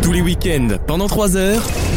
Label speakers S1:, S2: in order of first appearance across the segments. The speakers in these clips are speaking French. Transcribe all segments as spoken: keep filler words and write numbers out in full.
S1: Tous les week-ends, pendant trois heures,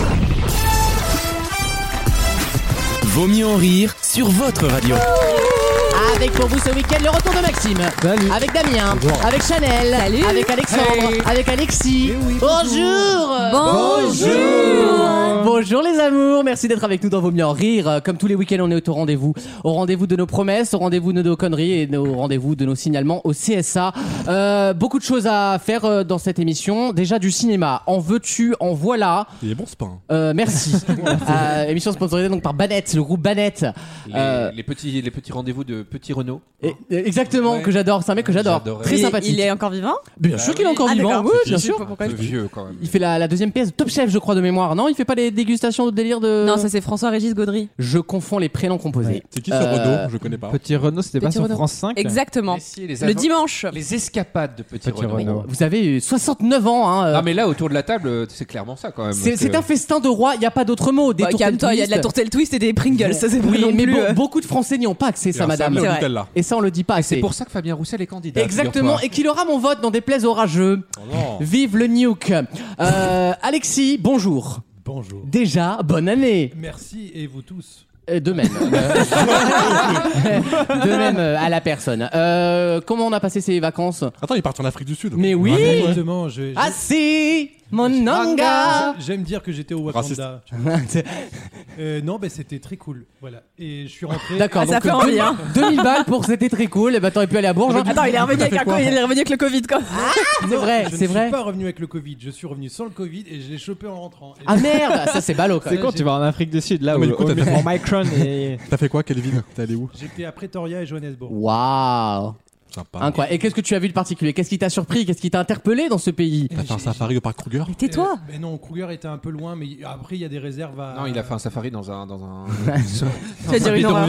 S1: Vaut mieux en rire sur votre radio.
S2: Avec pour vous ce week-end le retour de Maxime.
S3: Salut.
S2: Avec Damien. Bonjour. Avec Chanel.
S4: Salut.
S2: Avec Alexandre.
S3: Hey.
S2: Avec Alexis.
S3: Eh oui,
S2: bonjour.
S4: Bonjour.
S2: Bonjour. Bonjour les amours. Merci d'être avec nous dans Vaut mieux en rire. Comme tous les week-ends, on est au rendez-vous. Au rendez-vous de nos promesses, au rendez-vous de nos conneries et au rendez-vous de nos signalements au C S A. Euh, beaucoup de choses à faire euh, dans cette émission. Déjà du cinéma. En veux-tu, en voilà.
S3: Il est bon ce pain.
S2: Euh, merci. euh, émission sponsorisée donc par Banette, le groupe Banette.
S5: Les,
S2: Euh,
S5: les petits, les petits rendez-vous de Petit Renault.
S2: Et- exactement,
S5: Ouais.
S2: que j'adore, c'est un mec que j'adore,
S5: J'adorerais.
S2: très
S4: Il-
S2: sympathique.
S4: Il est encore vivant?
S2: Bien sûr qu'il est encore
S4: Ah,
S2: vivant,
S4: d'accord.
S2: oui,
S5: C'est
S2: bien
S5: vieux,
S2: sûr.
S5: Un peu vieux quand même.
S2: Il fait la, la deuxième pièce de Top Chef, je crois, de mémoire. Non, il fait pas les dégustations de délire de.
S4: Non, ça c'est François-Régis Gaudry.
S2: Je confonds les prénoms composés.
S3: C'est qui ce
S2: Euh,
S3: Renaud? Je connais pas.
S6: Petit Renault, c'était pas
S4: Petit
S6: sur
S4: Renault.
S6: France cinq?
S4: Exactement.
S5: Mais si, les
S4: Le
S5: avant-
S4: dimanche.
S5: Les escapades de Petit,
S6: Petit
S5: Renault.
S6: Renault.
S2: Vous avez eu soixante-neuf ans, hein. euh,
S5: Non mais là autour de la table, euh, c'est clairement ça quand même.
S2: c'est
S5: parce
S2: c'est
S5: que-
S2: un festin de roi, il n'y a pas d'autre mot. Des
S4: Bah,
S2: tourtelles
S4: calme-toi, il y a de la
S2: twistes.
S4: tourtelle twist et des Pringles. Ça c'est pas
S2: Oui,
S4: non
S2: mais
S4: plus,
S2: be-
S4: euh,
S2: beaucoup de Français n'y ont pas accès, ça, madame.
S4: C'est vrai.
S3: Nutella.
S2: Et ça, on le dit pas assez.
S5: C'est pour ça que Fabien Roussel est candidat.
S2: Exactement,
S5: figure-toi.
S2: et qu'il aura mon vote, n'en déplaise aux rageux.
S3: Oh non.
S2: Vive le nuke. Euh, Alexis, bonjour.
S7: Bonjour.
S2: Déjà, bonne année.
S7: Merci et vous tous.
S2: Euh, De même. De même euh, à la personne. Euh, comment on a passé ces vacances?
S3: Attends, il part en Afrique du Sud.
S2: Mais oui.
S7: Exactement. Je,
S2: Ah si, mon nanga.
S7: je- J'aime dire que j'étais au
S3: Raciste.
S7: Wakanda. Euh, non, ben c'était très cool. Voilà. Et je suis rentré.
S2: D'accord,
S4: Ah, ça
S2: donc
S4: fait
S2: euh,
S4: envie,
S2: deux-
S4: hein.
S2: deux mille balles pour c'était très cool. Et bah t'aurais pu aller à Bourges. hein.
S4: Attends, il est revenu avec, un co- il est revenu avec le Covid quoi.
S2: C'est vrai,
S7: Je
S2: c'est
S7: ne
S2: vrai.
S7: suis pas revenu avec le Covid. Je suis revenu sans le Covid et je l'ai chopé en rentrant. Et
S2: Ah merde, ça c'est ballot. Quoi.
S6: C'est con, tu vas en Afrique du Sud, là
S3: Non,
S6: où
S3: mais du coup,
S6: au
S3: t'as fait-
S6: Omicron et.
S3: T'as fait quoi? Quelle ville? T'es allé où?
S7: J'étais à Pretoria et Johannesburg.
S2: Waouh.
S3: Sympa.
S2: Incroyable. Et qu'est-ce que tu as vu de particulier? Qu'est-ce qui t'a surpris? Qu'est-ce qui t'a interpellé dans ce pays?
S3: T'as fait un safari au parc Kruger?
S4: Mais tais-toi.
S7: Euh, ben non, Kruger était un peu loin, mais après il y a des réserves à.
S5: Non, il a fait un safari dans un dans un.
S4: Tu vas dire une horreur.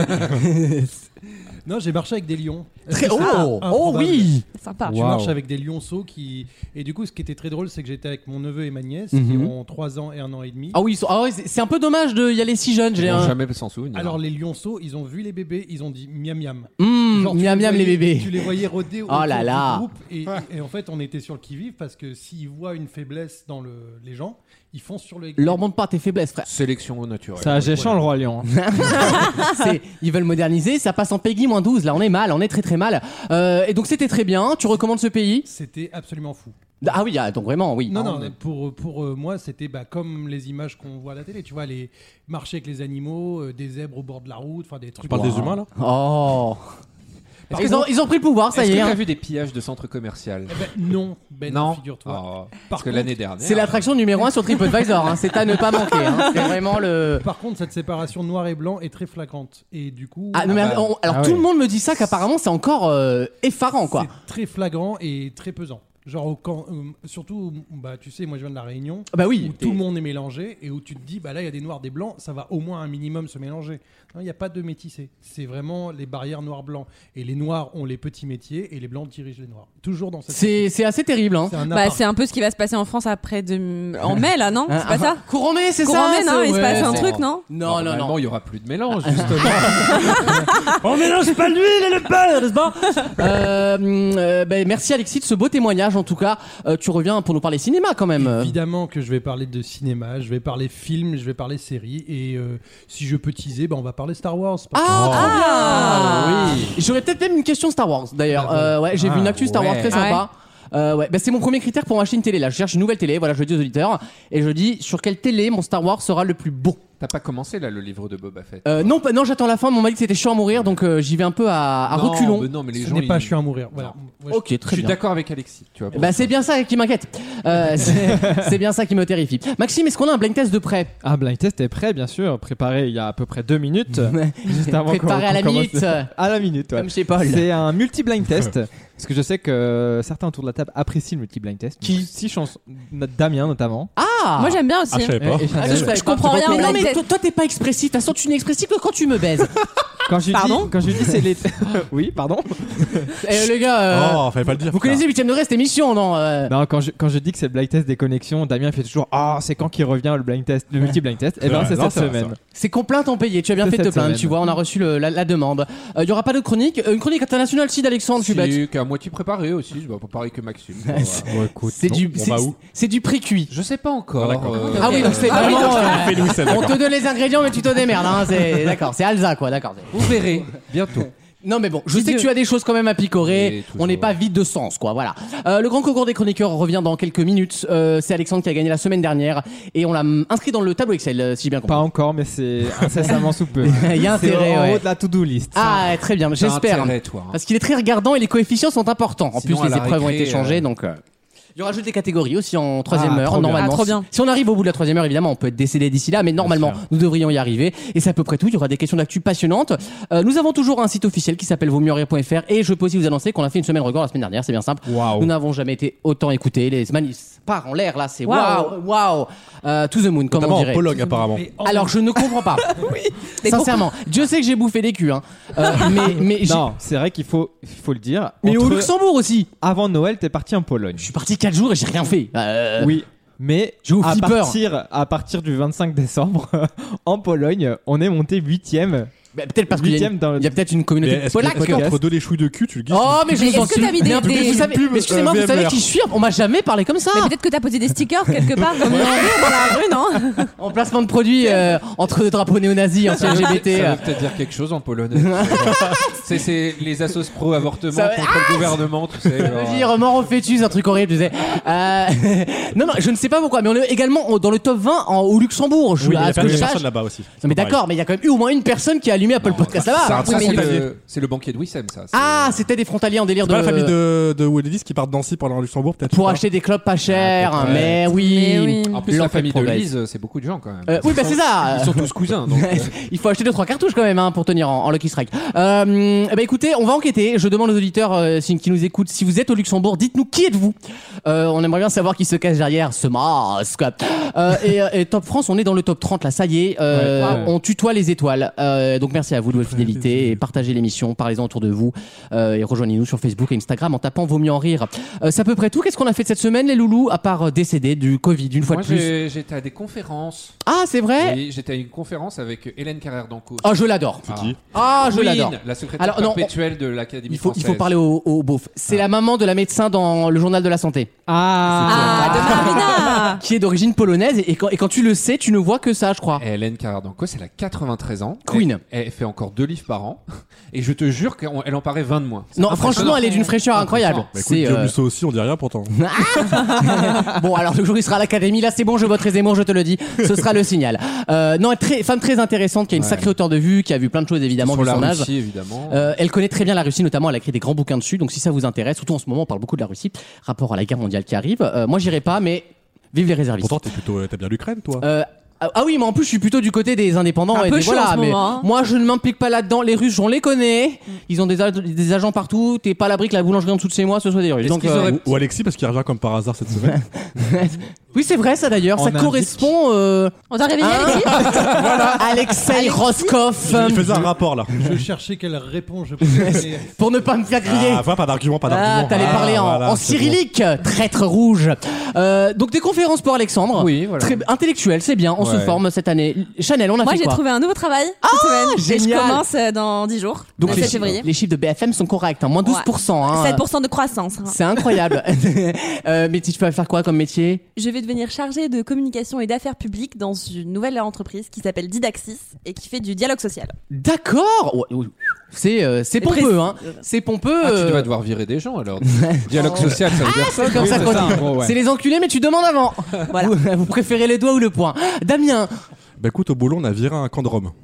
S7: Non, j'ai marché avec des lions.
S2: Très... Oh,
S7: Ah,
S2: oh
S7: improbable.
S2: oui.
S4: Sympa.
S7: Tu
S6: Wow.
S7: marches avec des lionceaux qui. Et du coup, ce qui était très drôle, c'est que j'étais avec mon neveu et ma nièce,
S2: Mhm.
S7: qui ont trois ans et un an et demi.
S2: Ah oui, ils sont- ah ouais, c'est c'est un peu dommage de y aller si jeune. J'ai
S5: Ils vont
S2: un.
S5: jamais s'en souvenir.
S7: Alors, les lionceaux, ils ont vu les bébés, ils ont dit miam miam.
S2: Mmh,
S7: Genre, tu
S2: miam miam les
S7: voyais-
S2: bébés.
S7: Tu les voyais rôder
S2: Oh
S7: autour
S2: là
S7: du
S2: là.
S7: groupe. Et, et en fait, on était sur le qui-vive parce que s'ils voient une faiblesse dans le, les gens, ils foncent sur le.
S2: Leur montre pas tes faiblesses, frère.
S5: Sélection naturelle.
S6: C'est à Géchamp, le Roi Lion.
S2: C'est- ils veulent moderniser, ça passe en Peggy moins douze. Là, on est mal, on est très très mal. Euh, et donc, c'était très bien. Tu recommandes ce pays?
S7: C'était absolument fou.
S2: Ah oui, ah, donc vraiment, oui.
S7: Non,
S2: Ah,
S7: non,
S2: on est-
S7: pour, pour euh, moi, c'était bah, comme les images qu'on voit à la télé. Tu vois, les marcher avec les animaux, euh, des zèbres au bord de la route, enfin des trucs.
S3: Tu parles des humains là?
S2: Oh.
S7: Par
S2: Ils ont, ils ont pris le pouvoir, ça
S5: Est-ce
S2: y
S5: que
S2: est.
S5: t'as
S2: hein.
S5: vu des pillages de centres commerciaux?
S7: Eh ben, non, Ben,
S5: Non.
S7: figure-toi.
S5: Oh,
S7: Par
S5: Parce que
S7: contre-
S5: l'année dernière.
S2: C'est l'attraction numéro un sur TripAdvisor. Hein. C'est à ne pas manquer. Hein. C'est vraiment le.
S7: Par contre, cette séparation noir et blanc est très flagrante. Et du coup,
S2: Ah, non, mais
S5: Ah bah.
S2: on- alors
S6: Ah
S2: tout
S6: ouais.
S2: le monde me dit ça qu'apparemment c'est encore euh, effarant quoi.
S7: c'est très flagrant et très pesant. Genre, au camp- euh, surtout, bah, tu sais, moi je viens de la Réunion,
S2: Ah bah oui.
S7: où tout le monde est mélangé et où tu te dis, bah là il y a des noirs, des blancs, ça va au moins un minimum se mélanger. Non, il n'y a pas de métissé. C'est vraiment les barrières noir-blanc. Et les noirs ont les petits métiers et les blancs dirigent les noirs. Toujours dans cette.
S2: C'est c'est assez terrible. Hein.
S7: C'est un
S4: Bah,
S7: appart.
S4: c'est un peu ce qui va se passer en France après de... en mai là, non? C'est pas ça?
S2: Courant mai, c'est
S4: Courant
S2: ça
S4: mai, non?
S2: c'est-
S4: Il se passe
S2: ouais,
S4: un
S2: c'est-
S4: truc, non?
S2: Non, non,
S5: Normalement,
S2: non.
S5: il y aura plus de mélange justement.
S2: On mélange pas l'huile et le beurre, n'est-ce pas? euh, euh, ben, merci Alexis de ce beau témoignage. En tout cas, euh, tu reviens pour nous parler cinéma quand même.
S7: Évidemment que je vais parler de cinéma, je vais parler film, je vais parler série. Et euh, si je peux teaser, bah, on va parler Star Wars. parce que-
S2: Ah, trop bien.
S4: Ah,
S2: oui. J'aurais peut-être même une question Star Wars d'ailleurs. Euh, ouais, j'ai vu une actu Star Wars
S5: ouais.
S2: très sympa. Euh, ouais, bah, c'est mon premier critère pour acheter une télé. Là, je cherche une nouvelle télé. Voilà, je le dis aux auditeurs et je dis sur quelle télé mon Star Wars sera le plus beau.
S5: T'as pas commencé là le livre de Boba Fett?
S2: Euh, non, pas- non, j'attends la fin. Mais on m'a dit que c'était chiant à mourir, donc euh, j'y vais un peu à, à
S5: Non,
S2: reculons.
S5: mais non, mais les
S7: Ce
S5: gens.
S7: n'est pas
S5: ils-
S7: chiant à mourir. Voilà. Moi, je-
S2: Ok,
S5: Je
S2: très
S5: suis
S2: bien.
S5: d'accord avec Alexis. Tu vois. pour
S2: Bah,
S5: ça.
S2: c'est bien ça qui m'inquiète. Euh, c'est c'est bien ça qui me terrifie. Maxime, est-ce qu'on a un blind test de prêt?
S6: Ah, Blind Test est prêt, bien sûr. Préparé il y a à peu près deux minutes. Juste avant qu'on-
S2: Préparé à la
S6: qu'on commence.
S2: minute,
S6: À la minute, ouais.
S2: comme chez Paul.
S6: C'est un multi-blind test. Parce que je sais que certains autour de la table apprécient le multi-blind test.
S2: Qui
S6: Six chansons. Damien, notamment.
S2: Ah.
S4: Moi j'aime bien aussi.
S3: Ah, je savais pas.
S6: Et- et
S2: Ah,
S6: Chanel.
S2: je savais
S4: je
S2: pas.
S4: comprends rien,
S2: Mais non,
S4: blind
S2: mais
S4: test.
S2: toi, toi, t'es pas expressif. De toute façon, tu n'es expressif que quand tu me baises.
S6: Quand je lui
S4: Pardon
S6: dis, quand je lui dis c'est les. Oui, pardon.
S2: Eh, les gars, euh,
S3: Oh, fallait pas le dire.
S2: vous connaissez huitième degré cette émission, non euh,
S6: Non, quand je, quand je dis que c'est le blind test des connexions, Damien fait toujours ah c'est quand qu'il revient le blind test, le multi blind test. Et ben
S3: Ouais,
S6: c'est
S3: non,
S6: cette
S3: c'est vrai,
S6: semaine.
S3: c'est vrai.
S2: C'est qu'on plainte en payé. Tu as bien
S6: C'est
S2: fait de te
S6: cette
S2: plaindre,
S6: semaine.
S2: tu vois. On a reçu le- la, la demande. Il y aura pas de chronique. Euh, Une chronique internationale, si d'Alexandre, je suis bête.
S5: C'est qu'à moitié préparé aussi, je vais pas pareil que Maxime. Bon, voilà.
S3: Bon, écoute,
S2: C'est
S3: non,
S2: du,
S3: on
S2: c'est-
S3: va où
S2: c'est du pré-cuit.
S5: Je sais pas encore.
S3: Ah, d'accord.
S5: euh,
S2: Ah oui, donc c'est
S4: Ah oui,
S2: vraiment.
S4: donc
S2: euh,
S3: Fait Louis seize,
S2: on
S3: d'accord.
S2: te donne les ingrédients, mais tu te démerdes. Hein, c'est d'accord. C'est Alza, quoi. D'accord.
S5: Vous verrez bientôt.
S2: Non mais bon, je sais
S4: Dieu.
S2: que tu as des choses quand même à picorer.
S5: Et toujours.
S2: On n'est pas vide de sens, quoi. Voilà. Euh, le grand concours des chroniqueurs revient dans quelques minutes. Euh, c'est Alexandre qui a gagné la semaine dernière et on l'a hum, inscrit dans le tableau Excel, euh, si j'ai bien
S6: Pas
S2: compris.
S6: encore, mais c'est incessamment sous peu.
S2: Il y a
S6: C'est
S2: intérêt.
S6: en
S2: Ouais.
S6: haut de la to-do list.
S2: Ah, très bien.
S5: T'as
S2: J'espère.
S5: intérêt, toi, hein.
S2: Parce qu'il est très regardant et les coefficients sont importants. En
S5: Sinon,
S2: plus,
S5: à
S2: les
S5: la
S2: épreuves ont
S5: récré,
S2: été changées,
S5: euh,
S2: donc. euh, Il y aura juste des catégories aussi en troisième
S6: Ah,
S2: heure,
S6: trop bien.
S2: normalement.
S4: Ah, trop bien.
S2: Si on arrive au bout de la troisième heure, évidemment, on peut être décédé d'ici là, mais normalement,
S3: sûr.
S2: nous devrions y arriver. Et c'est à peu près tout. Il y aura des questions d'actu passionnantes. Euh, nous avons toujours un site officiel qui s'appelle vaut mieux en rire point f r et je peux aussi vous annoncer qu'on a fait une semaine record la semaine dernière. C'est bien simple.
S6: Waouh.
S2: Nous n'avons jamais été autant écoutés. Les manifs partent en l'air là, c'est waouh,
S4: Waouh.
S2: waouh. Euh, to the moon, comme
S3: Notamment
S2: on
S3: en
S2: dirait.
S3: Pologne, apparemment.
S7: Mais en
S2: Alors je ne comprends pas.
S4: Mais
S2: Sincèrement, Dieu sait que j'ai bouffé des culs, hein. Euh, mais mais j'ai-
S6: Non, c'est vrai qu'il faut, il faut le dire.
S2: mais au
S6: Entre-
S2: Luxembourg aussi.
S6: Avant Noël, t'es parti en Pologne.
S2: Je suis parti quatre jours et j'ai rien fait. Euh,
S6: Oui, mais
S2: Joue au
S6: à
S2: flipper.
S6: partir, à partir du vingt-cinq décembre, en Pologne, on est monté huitième.
S2: bah, peut-être parce qu'il y a,
S6: Huitième
S2: une-
S6: dans le-
S2: il y a peut-être une
S3: Mais
S2: communauté
S3: est-ce que
S2: polaque.
S3: peut-être entre deux les chouilles de cul, tu le guises
S2: Oh mais je
S4: Mais
S2: vous en
S4: est-ce que t'as mis
S2: mais
S4: des-
S2: un peu-
S4: des-
S2: vous savez,
S3: pub,
S2: mais excusez-moi,
S3: euh,
S2: vous savez
S3: V M R.
S2: qui je suis? On m'a jamais parlé comme ça.
S4: Mais peut-être que t'as posé des stickers quelque part comme dans la rue, dans la rue, non
S2: En placement de produits euh, entre deux drapeaux néo-nazis anti-L G B T.
S5: Ça
S2: euh.
S5: veut peut-être dire quelque chose en polonais. c'est, c'est les assos pro-avortement
S2: Ça-
S5: contre le gouvernement, tu sais.
S2: Je
S5: genre,
S2: veux dire, mort au fœtus, un truc horrible, tu sais. Euh, non, non, je ne sais pas pourquoi, mais on est également dans le top vingt en- au Luxembourg. Je,
S3: Oui, il y
S2: à
S3: a
S2: ce que je
S3: personne
S2: sache.
S3: là-bà aussi.
S2: Non, mais d'accord, mais il y a quand même eu au moins une personne qui a allumé Apple Podcast là-bas.
S5: c'est,
S2: hein.
S5: un- ça,
S2: Oui,
S5: c'est,
S2: mais-
S5: le, c'est le banquier de Wissem, ça. C'est-
S2: Ah, c'était des frontaliers en délire
S3: C'est pas
S2: de.
S3: la famille de, de Willis qui part de Nancy pour aller en Luxembourg, peut-être
S2: Pour
S3: pas
S2: acheter des clopes pas chères,
S3: Ah,
S2: hein,
S3: peut-être.
S2: mais oui.
S4: Mais oui.
S5: En plus, la
S2: L'enquête
S5: famille de
S2: progresse.
S5: Lise, c'est beaucoup de gens quand même.
S2: Euh, oui, bah c'est ça.
S5: Ils sont tous cousins. Donc, euh,
S2: Il faut acheter deux trois cartouches quand même hein, pour tenir en, en Lucky Strike. Euh, bah écoutez, on va enquêter. Je demande aux auditeurs euh, si- qui nous écoutent, si vous êtes au Luxembourg, dites-nous qui êtes-vous. Euh, on aimerait bien savoir qui se cache derrière ce masque. Euh, et, euh, et Top France, on est dans le top trente là, ça y est. Euh,
S6: Ouais, ouais.
S2: On tutoie les étoiles. Euh, donc merci à vous de votre fidélité et partagez l'émission, parlez-en autour de vous euh, et rejoignez-nous sur Facebook et Instagram en tapant Vaut mieux en rire. Euh, c'est à peu près tout. Qu'est-ce qu'on a fait de cette semaine les loulous à part euh, décéder du Covid une fois
S5: moi,
S2: de plus.
S5: j'ai, j'étais à des conférences.
S2: Ah c'est vrai.
S5: Oui, j'étais à une conférence avec Hélène Carrère d'Anco.
S2: Ah je l'adore.
S3: C'est qui
S2: Ah je
S5: Queen,
S2: l'adore.
S5: la secrétaire
S2: Alors, non, on-
S5: perpétuelle de l'Académie
S2: Il faut, il
S5: française.
S2: faut parler au, au beauf. C'est la maman de la médecin dans le journal de la santé,
S4: Ah, de Marina
S2: qui est d'origine polonaise. Et quand, et quand tu le sais, tu ne vois que ça, je crois.
S5: Et Hélène Carrère d'Anco, elle a quatre-vingt-treize ans.
S2: Queen.
S5: Elle, elle fait encore deux livres par an. Et je te jure qu'elle en paraît vingt de moins. C'est
S2: Non,
S5: impressionnant.
S2: franchement, elle est d'une fraîcheur incroyable.
S3: Bah écoute,
S2: C'est,
S3: Guillaume
S2: euh,
S3: Musso aussi, on dit rien pourtant.
S2: Bon, alors le jour où il sera à l'académie, là c'est bon, je voterai Zemmour, je te le dis. Ce sera le signal. Euh, non, très, femme très intéressante, qui a une
S5: Ouais.
S2: sacrée hauteur de vue, qui a vu plein de choses évidemment
S5: Sur
S2: vu
S5: la
S2: son âge.
S5: Russie, évidemment.
S2: Euh, elle connaît très bien la Russie, notamment elle a écrit des grands bouquins dessus. Donc si ça vous intéresse, surtout en ce moment, on parle beaucoup de la Russie, rapport à la guerre mondiale qui arrive. Euh, moi, j'irai pas, mais vive les réservistes.
S3: Pourtant, t'es plutôt, t'as bien l'Ukraine, toi.
S2: Euh, ah ah oui, mais en plus, je suis plutôt du côté des indépendants
S4: Un
S2: et
S4: peu
S2: des
S4: chaud
S2: voilà.
S4: en ce
S2: Mais
S4: moment, hein.
S2: moi, je ne m'implique pas là-dedans. Les Russes, on les connaît. Ils ont des, a- des agents partout. T'es pas à l'abri que la boulangerie en dessous de chez moi ce soit des Russes.
S5: Est-ce
S2: Donc,
S5: qu'ils
S2: euh,
S5: auraient-
S3: Ou, ou Alexis, parce qu'il revient comme par hasard cette semaine.
S2: oui, c'est vrai, ça d'ailleurs.
S6: On
S2: Ça
S6: indique-
S2: correspond. Euh...
S4: On t'a réveillé,
S2: Hein
S4: Alexis
S2: voilà, Alexei Roscoff.
S3: Il faisait un rapport là.
S7: Je cherchais quelle réponse je pouvais donner.
S2: Pour ne pas me faire crier.
S3: Ah, voilà, pas d'argument, pas
S2: Ah,
S3: d'argument.
S2: t'allais
S3: Ah,
S2: parler en,
S3: voilà,
S2: en
S3: c'est bon.
S2: cyrillique, traître rouge. Euh, donc des conférences pour Alexandre.
S5: Oui, voilà.
S2: Très intellectuel, c'est bien. On se
S5: Ouais.
S2: forme cette année. Chanel, on a
S4: Moi,
S2: fait
S4: j'ai
S2: quoi
S4: trouvé un nouveau travail cette semaine. Et je
S2: génial.
S4: commence euh, dans dix jours,
S2: Donc
S4: le
S2: les,
S4: sept février.
S2: les chiffres de B F M sont corrects, hein, moins douze pour cent. Hein.
S4: sept pour cent de croissance. hein.
S2: C'est incroyable. euh, mais tu vas faire quoi comme métier?
S4: Je vais devenir chargée de communication et d'affaires publiques dans une nouvelle entreprise qui s'appelle Didaxis et qui fait du dialogue social.
S2: D'accord. Ouais, ouais. C'est euh, c'est
S4: Et
S2: pompeux,
S4: précis.
S2: hein. C'est pompeux.
S5: Ah, tu
S2: euh,
S5: vas devoir virer des gens alors. Dialogue social, ça veut dire ça.
S2: C'est comme
S6: Oui,
S2: ça
S6: c'est
S2: qu'on
S6: ça,
S2: dit.
S6: en gros, ouais.
S2: C'est les enculés, mais tu demandes avant.
S4: Voilà.
S2: Vous, vous préférez les doigts ou le poing? Damien,
S3: Bah écoute, au boulot, on a viré un camp de Rome.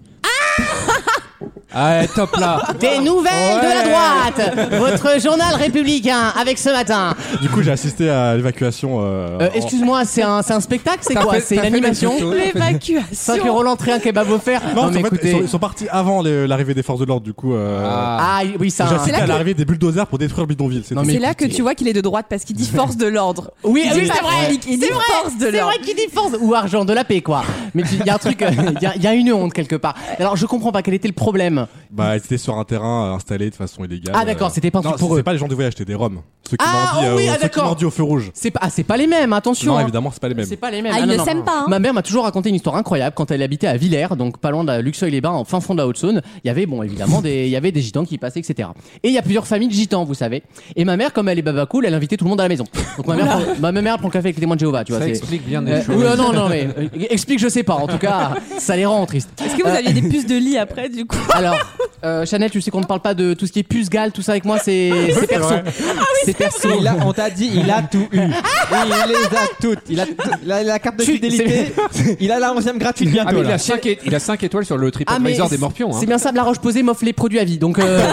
S5: Ah, top là.
S2: des nouvelles de la droite. Votre journal républicain avec ce matin.
S3: Du coup, j'ai assisté à l'évacuation. Euh,
S2: Euh,
S3: en-
S2: excuse-moi, c'est un, c'est un spectacle, c'est
S5: T'as
S2: quoi?
S5: fait-
S2: C'est
S5: t'as
S2: une
S5: fait des
S2: animation?
S5: photos, t'as fait des-
S4: L'évacuation.
S2: cinq euros l'entrée, un kebab offert.
S3: Non,
S2: mais
S3: en fait,
S2: écoutez.
S3: ils, sont, ils sont partis avant les- l'arrivée des forces de l'ordre, du coup. Euh...
S5: Ah.
S2: Ah oui, ça.
S3: J'ai assisté
S4: là
S3: à
S4: que-
S3: l'arrivée des bulldozers pour détruire le bidonville. C'est
S2: Non,
S3: tout.
S2: mais
S4: C'est là que
S2: écoutez.
S4: tu vois qu'il est de droite parce qu'il dit force de l'ordre.
S2: Oui,
S4: Il
S2: oui,
S4: dit
S2: c'est
S4: pas
S2: vrai.
S4: flic, il dit
S2: C'est vrai.
S4: force de
S2: C'est
S4: l'ordre.
S2: vrai qu'il dit force ou argent de la paix, quoi. Mais il y a un truc, il y, a- y a une honte quelque part. Alors, je comprends pas quel était le problème. même.
S3: Bah, ils étaient sur un terrain euh, installé de façon illégale.
S2: Ah d'accord,
S3: euh.
S2: c'était pas un
S3: Non,
S2: truc pour
S3: c'est
S2: eux.
S3: pas les gens du voyage, c'était des Roms. Ceux qui
S2: Ah,
S3: mordient
S2: oh oui,
S3: euh,
S2: ah,
S3: ceux qui
S2: d'accord.
S3: mordient au feu rouge.
S2: C'est pas, ah, c'est pas les mêmes, attention.
S3: Non,
S2: hein.
S3: évidemment, c'est pas les mêmes.
S2: C'est pas les mêmes.
S4: Ah, ils
S2: non,
S4: ne
S2: non.
S4: s'aiment pas, hein.
S2: Ma mère m'a toujours raconté une histoire incroyable quand elle habitait à Villers, donc pas loin de Luxeuil-les-Bains, en fin fond de la Haute-Saône. Il y avait, bon, évidemment, des, il y avait des gitans qui passaient, et cetera. Et il y a plusieurs familles de gitans, vous savez. Et ma mère, comme elle est baba cool, elle invitait tout le monde à la maison. Donc ma mère, prend, ma mère prend le café avec les témoins de Jéhovah, tu vois.
S5: Ça
S2: c'est-
S5: explique bien des
S2: Euh,
S5: choses.
S2: ouais, non, non, mais euh, explique, je sais pas. En tout cas, ça les rend tristes.
S4: Est-ce que vous aviez des puces de lit après, du coup?
S2: Alors, euh, Chanel, tu sais qu'on ne parle pas de tout ce qui est puce gale, tout ça avec moi, c'est c'est perso. c'est perso.
S6: Il a- on t'a dit, il a tout eu. Il les a toutes. Il a, il a la carte de
S2: Tu-
S6: fidélité. Il a la onzième gratuite bientôt.
S5: Ah, mais il
S6: là.
S5: a cinq é- il a cinq étoiles sur le
S2: Ah, mais
S5: TripAdvisor des
S2: c'est-
S5: Morpions. Hein.
S2: C'est bien ça, La Roche-Posay m'offre les produits à vie. Donc, euh,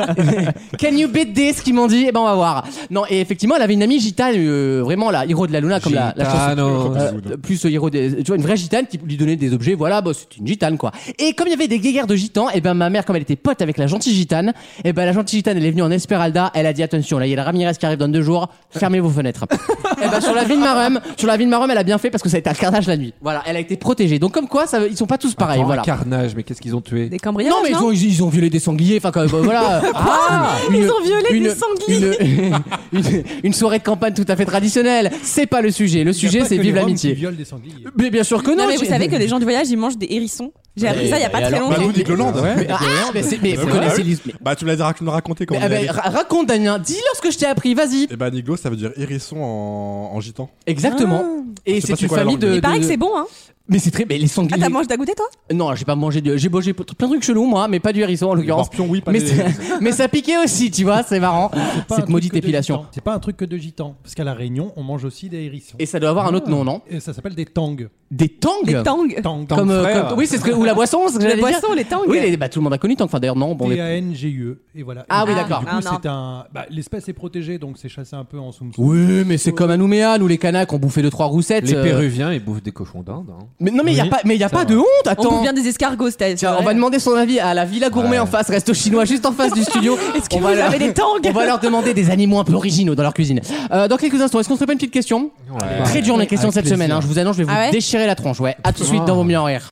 S2: can you beat this, qu'ils m'ont dit? Eh ben, on va voir. Non, et effectivement, elle avait une amie gitane, euh, vraiment la héros de la Luna, comme la, la chanson.
S5: Gitano.
S2: Euh, plus euh, héros des, tu vois, une vraie gitane qui lui donnait des objets, voilà, bah, c'était une gitane, quoi. Et comme il y avait des guéguerres de gitans, et ben, ma mère, comme elle était pote avec la gentille gitane, et ben, la gentille gitane, elle est venue en Esmeralda, elle a dit, attention, là, il y a la Ramirez qui arrive dans deux jours, fermez vos fenêtres. Et ben, sur la ville Marum, sur la ville Marum, elle a bien fait parce que ça a été un carnage la nuit. Voilà, elle a été protégée. Donc, comme quoi, ça, ils sont pas tous pareils,
S5: Attends,
S2: voilà.
S5: un carnage, mais qu'est-ce qu'ils ont tué?
S4: Des cambriolages,
S2: Non mais ils ont, ils, ils ont violé des sangliers, enfin quand même, voilà. Ah,
S4: Ils ont violé des sangliers.
S2: Une, une, une soirée de campagne tout à fait traditionnelle. C'est pas le sujet. Le
S7: Il y a
S2: sujet
S7: pas
S2: c'est
S7: que
S2: vive
S7: les Roms
S2: l'amitié.
S7: qui violent des sangliers.
S2: Mais bien sûr que non.
S4: Non, mais vous
S2: j'ai-
S4: savez que les gens du voyage, ils mangent des hérissons. J'ai appris ça il y a pas
S2: Et
S4: très
S2: alors,
S3: Bah,
S4: longtemps.
S3: nous, Nick Leland.
S2: Mais, ah, mais, c'est- mais vous
S3: Ouais,
S2: connaissez
S3: ouais.
S2: l'histoire.
S3: Bah, tu me l'as tu me l'as raconté quand
S2: Mais,
S3: on
S2: ah,
S3: y
S2: ben,
S3: allait.
S2: ra- raconte Damien, dis-leur ce que je t'ai appris, vas-y.
S3: Et bah, Niglo, ça veut dire hérisson en, en gitan.
S2: Exactement. Et
S3: Je sais pas
S2: c'est
S3: c'est
S2: une
S3: quoi la
S2: famille
S3: langue.
S2: de.
S4: Il paraît
S2: de-
S4: que c'est bon, hein.
S2: Mais c'est très. Mais les
S4: Ah,
S2: sangliers.
S4: t'as mangé, t'as goûté, toi?
S2: Non, j'ai pas mangé de. J'ai mangé plein de trucs chelous moi, mais pas du hérisson en
S3: Les
S2: l'occurrence.
S3: morpions, oui, pas
S2: Mais,
S3: les-
S2: c'est- mais ça piquait aussi, tu vois, c'est marrant.
S7: C'est pas un
S2: Cette
S7: truc
S2: maudite
S7: que de
S2: épilation.
S7: gitans. C'est pas un truc que de gitan. Parce qu'à La Réunion, on mange aussi des hérissons.
S2: Et ça doit avoir un autre nom, non?
S7: Et ça s'appelle des tangs.
S2: Des tangs.
S4: Des tangs.
S7: Tangs.
S2: Comme, euh,
S5: frère.
S2: comme- oui, c'est ce que ou la boisson, c'est ce que
S4: La
S2: j'allais dire.
S4: boisson, les tangs.
S2: Oui, les- bah, tout le monde a connu Tang. Enfin d'ailleurs non, bon.
S7: T
S2: les-
S7: A N G U E. Et voilà.
S2: Ah
S7: Et
S2: oui,
S7: du
S2: d'accord.
S7: coup,
S4: Ah, non.
S7: c'est un. Bah, l'espèce est protégée, donc c'est chassé un peu en soum.
S2: Oui, mais c'est comme à Nouméa, nous les Kanaks ont bouffé deux trois roussettes.
S5: Les
S2: euh,
S5: Péruviens, ils bouffent des cochons d'Inde. hein.
S2: Mais non, mais il y a
S6: Oui,
S2: pas, mais il y a
S6: c'est
S2: pas
S6: vrai.
S2: de honte.
S4: On
S2: Attends.
S4: bouffe bien des escargots, c'est
S2: Tiens, on va demander son avis à la Villa Gourmet
S5: Ouais.
S2: en face, resto chinois juste en face du studio.
S4: Est-ce que
S2: On
S4: vous
S2: va leur-
S4: avez des tangs?
S2: On va leur demander des animaux un peu originaux dans leur cuisine. Euh, dans quelques instants, est-ce qu'on se fait pas une petite question?
S5: Ouais.
S2: Très dur les questions
S5: Avec
S2: cette
S5: plaisir.
S2: semaine. hein. Je vous annonce, je vais vous
S4: Ah ouais
S2: déchirer la tronche. Ouais. À tout de suite dans Vaut mieux en rire.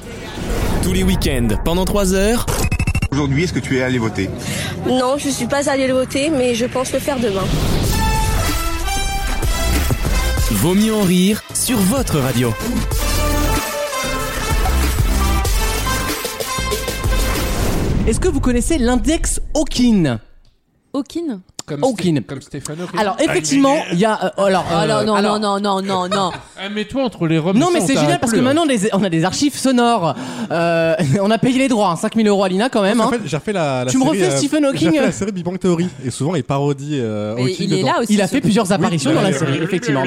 S1: Tous les week-ends, pendant trois heures,
S8: Aujourd'hui, est-ce que tu es allé voter?
S9: Non, je suis pas allée le voter, mais je pense le faire demain.
S1: Vaut mieux en rire sur votre radio.
S2: Est-ce que vous connaissez l'index Hawking?
S4: Hawking?
S5: Comme,
S2: Hawking.
S5: Sté- comme Stéphane Hawking.
S2: Alors effectivement, il y a euh, alors
S4: Oh non,
S2: euh,
S4: non,
S2: alors-
S4: non, non, non, non, non.
S10: Ah, mais toi, entre les Roms.
S2: Non
S10: et
S2: mais
S10: ça,
S2: c'est
S10: on
S2: génial
S10: t'arrête
S2: parce que
S10: plus, hein.
S2: maintenant les- on a des archives sonores. Euh, on a payé les droits, hein, cinq mille euros à Lina quand même.
S3: En
S2: hein.
S3: fait, j'ai refait la, la
S2: Tu me
S3: série,
S2: refais
S3: euh,
S2: Stephen Hawking,
S3: J'ai fait
S2: euh
S3: la série Big Bang Theory et souvent il parodie euh,
S4: Mais
S3: Hawking
S4: il est
S3: dedans.
S4: là aussi.
S2: Il a
S4: ce-
S2: fait plusieurs apparitions
S3: Oui,
S2: dans la
S3: mais-
S2: série, effectivement.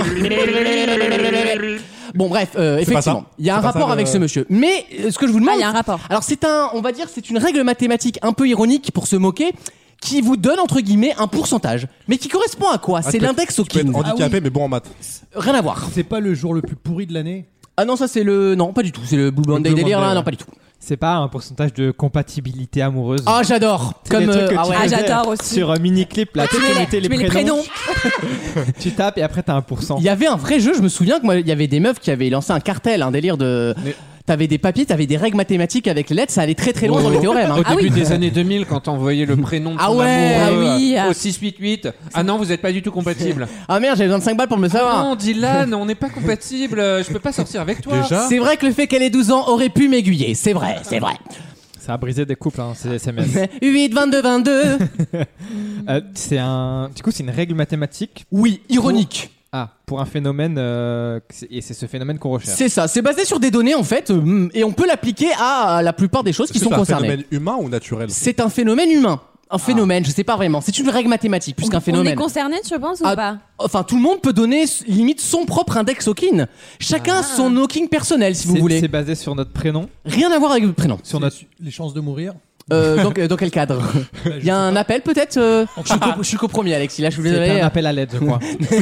S2: Bon bref, euh,
S3: C'est pas
S2: effectivement,
S3: ça.
S2: il y a un
S3: C'est pas
S2: rapport
S3: ça,
S2: avec
S3: le-
S2: ce monsieur. Mais euh, ce que je vous
S4: Ah,
S2: demande,
S4: il y a un rapport.
S2: alors c'est un, on va dire, c'est une règle mathématique un peu ironique pour se moquer, qui vous donne entre guillemets un pourcentage, mais qui correspond à quoi?
S3: Ah,
S2: C'est
S3: tu peux-
S2: l'index
S3: Tu peux être
S2: Hawking.
S3: handicapé mais bon en maths.
S2: Rien à voir.
S7: C'est pas le jour le plus pourri de l'année.
S2: Ah non, ça c'est le, non pas du tout, c'est le Blue Monday
S7: Blue
S2: délire là,
S7: Monday,
S2: non
S7: ouais.
S2: pas du tout.
S6: C'est pas un pourcentage de compatibilité amoureuse.
S2: Ah j'adore.
S6: C'est
S2: Comme
S6: des trucs
S2: euh,
S6: que
S2: ah
S6: tu
S2: ouais.
S4: Ah,
S6: faisais
S4: j'adore aussi.
S6: Sur un mini clip là, tu
S4: Tu mets les-
S6: mettais
S4: tu mets les
S6: prénoms.
S4: prénoms.
S6: Tu tapes et après t'as un pourcent.
S2: Il y avait un vrai jeu, je me souviens que moi, il y avait des meufs qui avaient lancé un cartel, un délire de.
S5: Mais-
S2: T'avais des papiers, t'avais des règles mathématiques avec les lettres, ça allait très très loin dans les théorèmes. hein.
S5: Au
S4: Ah
S5: début
S4: oui.
S5: des années deux mille, quand t'envoyais le prénom de
S2: Ah
S5: ton
S2: ouais,
S5: amoureux
S4: ah oui.
S5: au six huit huit, ah non, vous êtes pas du tout compatible.
S2: Ah merde, j'avais vingt-cinq balles pour me le savoir.
S5: Non, Dylan, on n'est pas compatible, je peux pas sortir avec toi.
S3: Déjà
S2: C'est vrai que le fait qu'elle ait douze ans aurait pu m'aiguiller, c'est vrai, c'est vrai.
S6: Ça a brisé des couples, hein, ces S M S.
S2: huit, vingt-deux, vingt-deux.
S6: Euh, c'est un. Du coup, c'est une règle mathématique.
S2: Oui, ironique.
S6: Ah, pour un phénomène. euh, c'est- Et c'est ce phénomène qu'on recherche.
S2: C'est ça, c'est basé sur des données en fait, euh, et on peut l'appliquer à la plupart des choses qui
S3: Est-ce que
S2: sont
S3: c'est un
S2: concernées.
S3: phénomène humain ou naturel?
S2: C'est un phénomène humain. Un phénomène, je sais pas vraiment. C'est une règle mathématique plus qu'un
S4: On est
S2: phénomène.
S4: concerné, tu penses, ou
S2: Ah,
S4: pas?
S2: Enfin, tout le monde peut donner s- limite son propre index Hawking. Chacun son Hawking personnel, si vous
S6: C'est-
S2: voulez.
S6: C'est basé sur notre prénom.
S2: Rien à voir avec le prénom.
S6: Sur notre.
S7: Les chances de mourir.
S2: Euh, donc, euh, dans quel cadre? Il y a un appel peut-être euh, Je suis qu'au- je suis qu'au premier, Alexis. Là, je suis
S6: C'est
S2: désolé.
S6: un appel à l'aide, je crois.